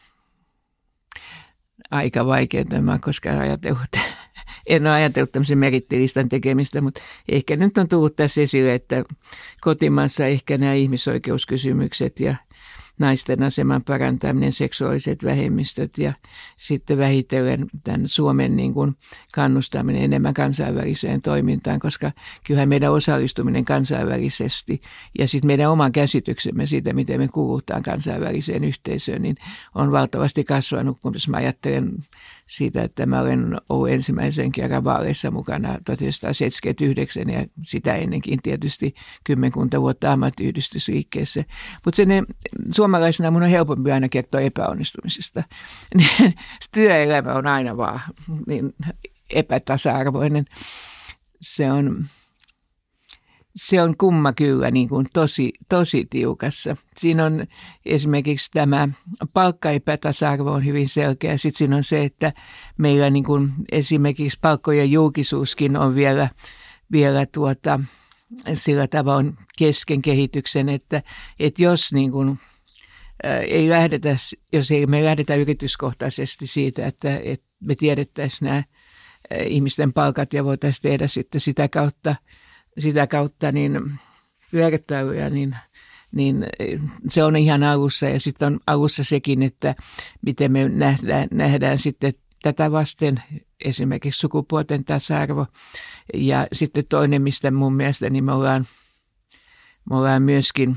aika vaikeaa tämä, koska ajatellut, en ole ajatellut tämmöisen merittilistan tekemistä, mutta ehkä nyt on tullut tässä esille, että kotimaassa ehkä nämä ihmisoikeuskysymykset ja naisten aseman parantaminen, seksuaaliset vähemmistöt ja sitten vähitellen tämän Suomen niin kuin kannustaminen enemmän kansainväliseen toimintaan, koska kyllähän meidän osallistuminen kansainvälisesti ja sitten meidän oma käsityksemme siitä, miten me kuulutaan kansainväliseen yhteisöön, niin on valtavasti kasvanut, kun jos mä ajattelen siitä, että mä olen ollut ensimmäisen kerran vaaleissa mukana tuhatyhdeksänsataaseitsemänkymmentäyhdeksän ja sitä ennenkin tietysti kymmenkunta vuotta ammattiyhdistysliikkeessä. Mutta se ne suomalaisena mun on helpompi aina kertoa epäonnistumisesta. Työelämä on aina vaan niin epätasa-arvoinen. Se on, se on kumma kyllä niin kuin tosi, tosi tiukassa. Siinä on esimerkiksi tämä palkkaepätasa-arvo on hyvin selkeä. Sitten siinä on se, että meillä niin kuin esimerkiksi palkkojen julkisuuskin on vielä, vielä tuota, sillä tavalla on kesken kehityksen, että, että jos niin kuin ei lähdetä, jos ei me lähdetä yrityskohtaisesti siitä, että, että me tiedettäisiin nämä ihmisten palkat ja voitaisiin tehdä sitten sitä kautta, sitä kautta niin vertailuja, niin, niin se on ihan alussa. Ja sitten on alussa sekin, että miten me nähdään, nähdään sitten tätä vasten esimerkiksi sukupuolten tasa-arvo. Ja sitten toinen, mistä mun mielestä niin me ollaan, me ollaan myöskin,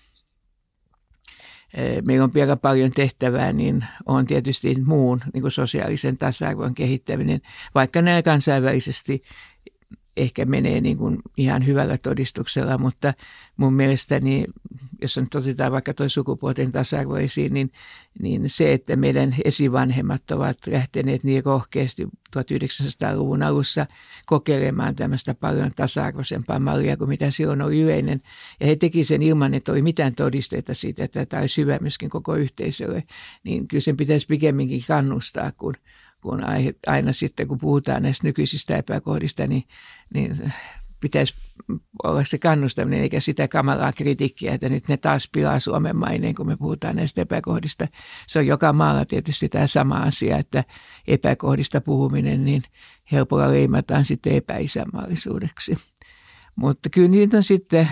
meillä on vielä paljon tehtävää, niin on tietysti muun niin kuin sosiaalisen tasa-arvon kehittäminen, vaikka nämä kansainvälisesti ehkä menee niin kuin ihan hyvällä todistuksella, mutta mun mielestäni, jos nyt otetaan vaikka tuo sukupuolten tasa-arvo esiin, niin, niin se, että meidän esivanhemmat ovat lähteneet niin rohkeasti tuhatyhdeksänsataaluvun alussa kokeilemaan tämmöistä paljon tasa-arvoisempaa mallia kuin mitä silloin oli yleinen. Ja he teki sen ilman, että oli mitään todisteita siitä, että tämä olisi hyvä myöskin koko yhteisölle. Niin kyllä sen pitäisi pikemminkin kannustaa, kun kun aina sitten, kun puhutaan näistä nykyisistä epäkohdista, niin, niin pitäisi olla se kannustaminen eikä sitä kamalaa kritiikkiä, että nyt ne taas pilaa Suomen maineen, kun me puhutaan näistä epäkohdista. Se on joka maalla tietysti tämä sama asia, että epäkohdista puhuminen niin helpolla leimataan sitten epäisänmaallisuudeksi. Mutta kyllä niitä on sitten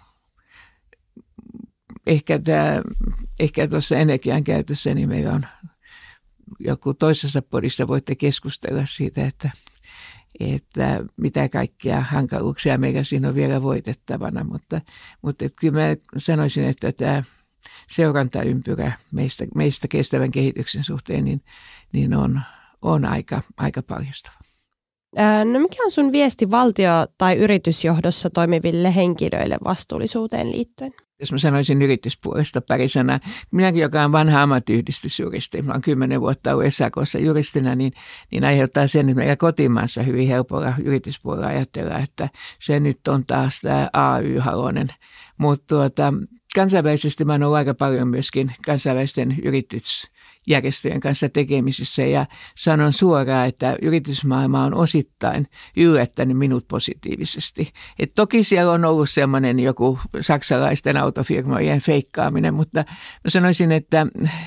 ehkä, tämä, ehkä tuossa energian käytössä, niin meillä on joku toisessa podissa voitte keskustella siitä, että, että mitä kaikkia hankaluuksia meillä siinä on vielä voitettavana, mutta, mutta kyllä mä sanoisin, että tämä seurantaympyrä meistä, meistä kestävän kehityksen suhteen niin, niin on, on aika, aika paljastava. No mikä on sun viesti valtio- tai yritysjohdossa toimiville henkilöille vastuullisuuteen liittyen? Jos mä sanoisin yrityspuolesta pari sanaa. Minäkin, joka on vanha ammattiyhdistysjuristi, mä oon kymmenen vuotta ollut S A K:ssa juristina, niin, niin aiheuttaa sen, että meillä kotimaassa hyvin helpolla yrityspuolella ajatellaan, että se nyt on taas tämä A Y-halonen. Mutta tuota, kansainvälisesti mä oon ollut aika paljon myöskin kansainvälisten yritysjärjestöjen kanssa tekemisissä ja sanon suoraan, että yritysmaailma on osittain yllättänyt minut positiivisesti. Et toki siellä on ollut semmoinen joku saksalaisten autofirmojen feikkaaminen, mutta mä sanoisin, että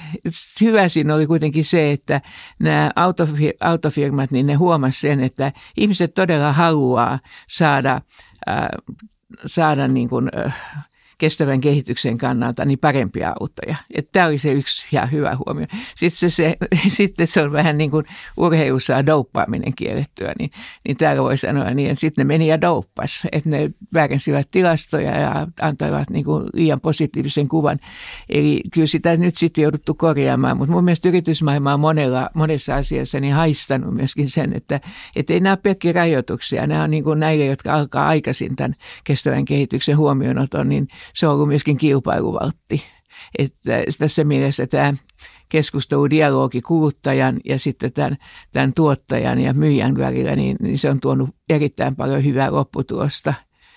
hyvä siinä oli kuitenkin se, että nämä autofirmat, niin ne huomasivat sen, että ihmiset todella haluaa saada, äh, saada niin kuin, äh, kestävän kehityksen kannalta niin parempia autoja. Tämä oli se yksi ja hyvä huomio. Sitten se, se, sitten se on vähän niin kuin urheilussa douppaaminen kiellettyä, niin, niin täällä voi sanoa niin, että sitten ne meni ja douppas, että ne väärensivät tilastoja ja antoivat niin kuin liian positiivisen kuvan. Eli kyllä sitä nyt sitten jouduttu korjaamaan, mutta mun mielestä yritysmaailma on monella, monessa asiassa niin haistanut myöskin sen, että et ei nämä ole pelkkiä rajoituksia. Nämä on niin kuin näille, jotka alkaa aikaisin tämän kestävän kehityksen huomionoton, niin se on ollut myöskin kilpailuvaltti. Että tässä mielessä tämä keskustelu, dialogi kuluttajan ja sitten tämän, tämän tuottajan ja myyjän välillä, niin, niin se on tuonut erittäin paljon hyvää lopputulosta.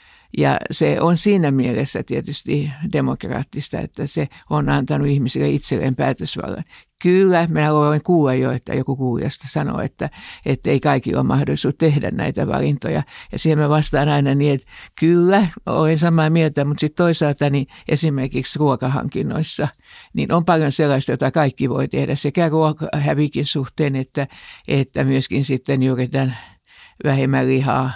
Ja se on siinä mielessä tietysti demokraattista, että se on antanut ihmisille itselleen päätösvallan. Kyllä, minä voin kuulla jo, että joku kuulijasta sanoo, että, että ei kaikilla ole mahdollisuus tehdä näitä valintoja. Ja siihen mä vastaan aina niin, että kyllä, olen samaa mieltä, mutta sitten toisaalta niin esimerkiksi ruokahankinnoissa niin on paljon sellaista, jota kaikki voi tehdä sekä ruokahävikin suhteen, että, että myöskin sitten juuri tämän vähemmän lihaa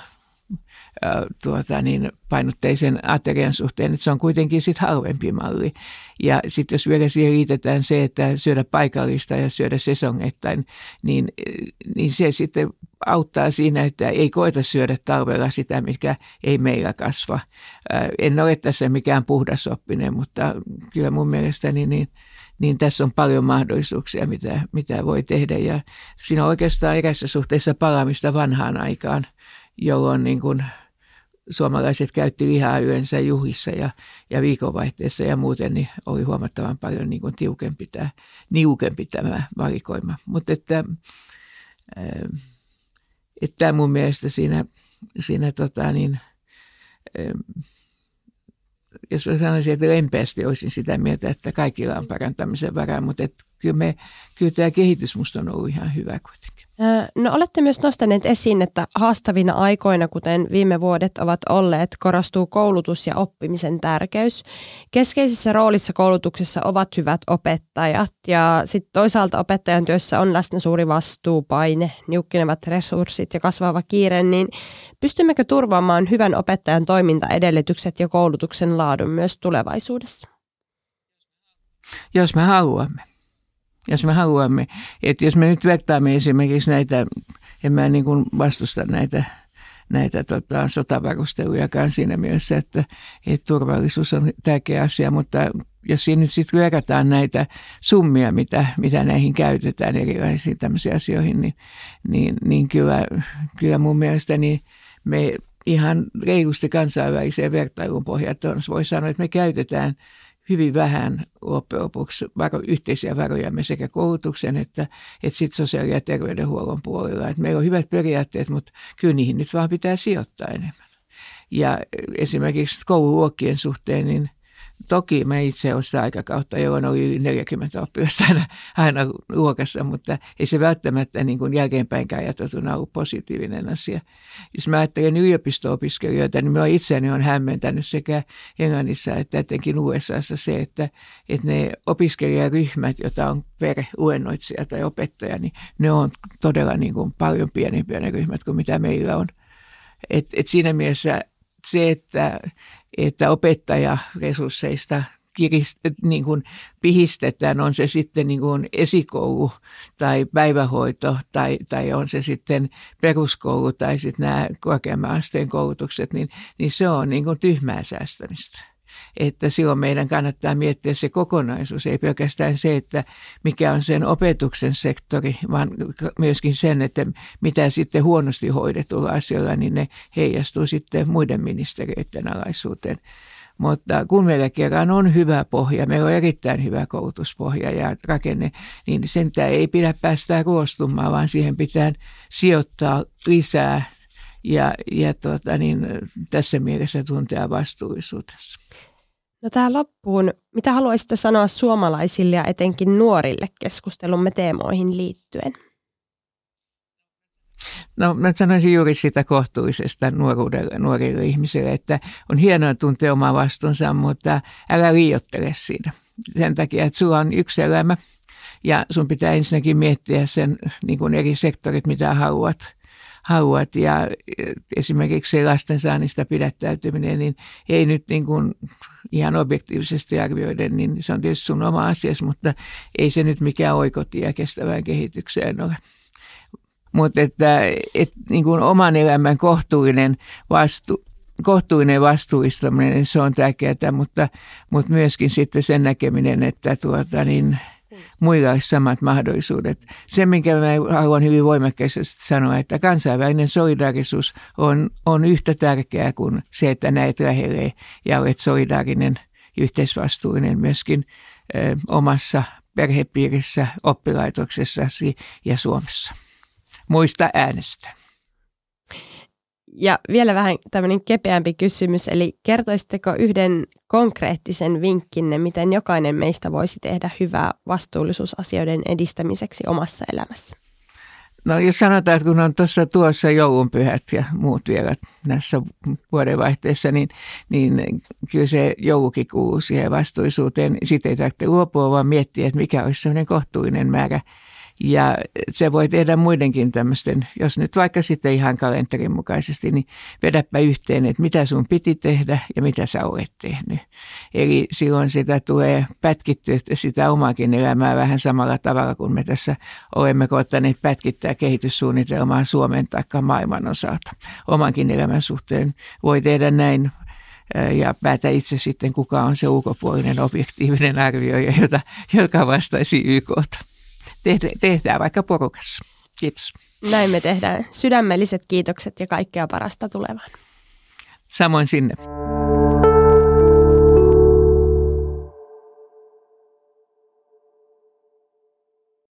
Tuota, niin painotteisen aterian suhteen, että se on kuitenkin sitten halvempi malli. Ja sitten jos vielä siihen liitetään se, että syödä paikallista ja syödä sesongeittain, niin, niin se sitten auttaa siinä, että ei koeta syödä talvella sitä, mikä ei meillä kasva. En ole tässä mikään puhdasoppinen, mutta kyllä mun mielestäni niin, niin tässä on paljon mahdollisuuksia, mitä, mitä voi tehdä. Ja siinä on oikeastaan erässä suhteessa palaamista vanhaan aikaan, jolloin niin kuin suomalaiset käytti lihaa yleensä juhlissa ja, ja viikonvaihteessa ja muuten niin oli huomattavan paljon niin kuin tiukempi tämä, niukempi tämä valikoima. Mutta että, että tämä mun mielestä siinä, siinä tota niin, jos mä sanoisin, että lempeästi olisin sitä mieltä, että kaikilla on parantamisen varaa, mutta että kyllä, me, kyllä tämä kehitys musta on ollut ihan hyvä kuitenkin. No olette myös nostaneet esiin, että haastavina aikoina, kuten viime vuodet ovat olleet, korostuu koulutus ja oppimisen tärkeys. Keskeisessä roolissa koulutuksessa ovat hyvät opettajat ja sitten toisaalta opettajan työssä on läsnä suuri vastuu, paine, niukkenevat resurssit ja kasvava kiire, niin pystymmekö turvaamaan hyvän opettajan toimintaedellytykset ja koulutuksen laadun myös tulevaisuudessa? Jos me haluamme. Jos me haluamme, että jos me nyt vertaamme esimerkiksi näitä, en mä niin kuin vastusta näitä, näitä tota, sotavarustelujakaan siinä mielessä, että, että turvallisuus on tärkeä asia, mutta jos siinä nyt sitten verrataan näitä summia, mitä, mitä näihin käytetään erilaisiin tämmöisiin asioihin, niin, niin, niin kyllä, kyllä mun mielestäni me ihan reilusti kansainväliseen vertailuun pohjataan voi sanoa, että me käytetään hyvin vähän loppujen lopuksi varo, yhteisiä varojamme sekä koulutuksen että, että sit sosiaali- ja terveydenhuollon puolella. Et meillä on hyvät periaatteet, mutta kyllä niihin nyt vaan pitää sijoittaa enemmän. Ja esimerkiksi koululuokkien suhteen, niin toki mä itse olen sitä aikakautta, jolloin oli neljäkymmentä oppilasta aina, aina luokassa, mutta ei se välttämättä niin kuin jälkeenpäinkään ajateltuna ollut positiivinen asia. Jos mä ajattelen yliopisto-opiskelijoita, niin minua itseäni on hämmentänyt sekä Englannissa että etenkin U S A:ssa se, että, että ne opiskelijaryhmät, joita on per luennoitsija tai opettaja, niin ne on todella niin kuin paljon pienempiä ne ryhmät kuin mitä meillä on. Et, et siinä mielessä se, että, että opettajaresursseista kirist, niin kuin pihistetään, on se sitten niin kuin esikoulu tai päivähoito tai, tai on se sitten peruskoulu tai sitten nämä korkeamman asteen koulutukset, niin, niin se on niin kuin tyhmää säästämistä. että silloin meidän kannattaa miettiä se kokonaisuus, ei pelkästään se, että mikä on sen opetuksen sektori, vaan myöskin sen, että mitä sitten huonosti hoidetulla asioilla, niin ne heijastuu sitten muiden ministeriöiden alaisuuteen. Mutta kun meillä kerran on hyvä pohja, meillä on erittäin hyvä koulutuspohja ja rakenne, niin sentään ei pidä päästää ruostumaan, vaan siihen pitää sijoittaa lisää ja, ja tuota, niin, tässä mielessä tuntea vastuullisuudessa. No tähän loppuun, mitä haluaisitte sanoa suomalaisille ja etenkin nuorille keskustelumme teemoihin liittyen? No mä sanoisin juuri sitä kohtuullisesta nuoruudelle, nuorille ihmisille, että on hienoa tuntea oma vastuunsa, mutta älä liioittele siinä. Sen takia, että sulla on yksi elämä ja sun pitää ensinnäkin miettiä sen niin kuin eri sektorit, mitä haluat. haluat. Ja esimerkiksi se lastensaannista pidättäytyminen, niin ei nyt niin kuin ihan objektiivisesti arvioiden, niin se on tietysti sun oma asiasi, mutta ei se nyt mikään oikotie kestävään kehitykseen ole. Mutta että, että niin kuin oman elämän kohtuullinen, vastu, kohtuullinen vastuullistaminen, niin se on tärkeää, mutta, mutta myöskin sitten sen näkeminen, että tuota, niin, muilla olisi samat mahdollisuudet. Se, minkä mä haluan hyvin voimakkaasti sanoa, että kansainvälinen solidaarisuus on, on yhtä tärkeää kuin se, että näet lähelle ja olet solidaarinen ja yhteisvastuullinen myöskin ö, omassa perhepiirissä, oppilaitoksessasi ja Suomessa. Muista äänestää. Ja vielä vähän tämmöinen kepeämpi kysymys, eli kertoisitteko yhden konkreettisen vinkkinne, miten jokainen meistä voisi tehdä hyvää vastuullisuusasioiden edistämiseksi omassa elämässä? No jos sanotaan, että kun on tuossa tuossa joulunpyhät ja muut vielä näissä vuodenvaihteessa, niin, niin kyllä se joulukin kuuluu siihen vastuullisuuteen. Sitten ei tarvitse luopua, vaan miettiä, että mikä olisi sellainen kohtuullinen määrä. Ja se voi tehdä muidenkin tämmöisten, jos nyt vaikka sitten ihan kalenterin mukaisesti, niin vedäpä yhteen, että mitä sun piti tehdä ja mitä sä olet tehnyt. Eli silloin sitä tulee pätkittyä sitä omaakin elämää vähän samalla tavalla, kuin me tässä olemme koettaneet pätkittää kehityssuunnitelmaa Suomen tai maailman osalta. Omankin elämän suhteen voi tehdä näin. Ja päätä itse sitten, kuka on se ulkopuolinen objektiivinen arvioija, jota, joka vastaisi Y K:ta. Tehdään vaikka porukassa. Kiitos. Näin me tehdään. Sydämelliset kiitokset ja kaikkea parasta tulevaan. Samoin sinne.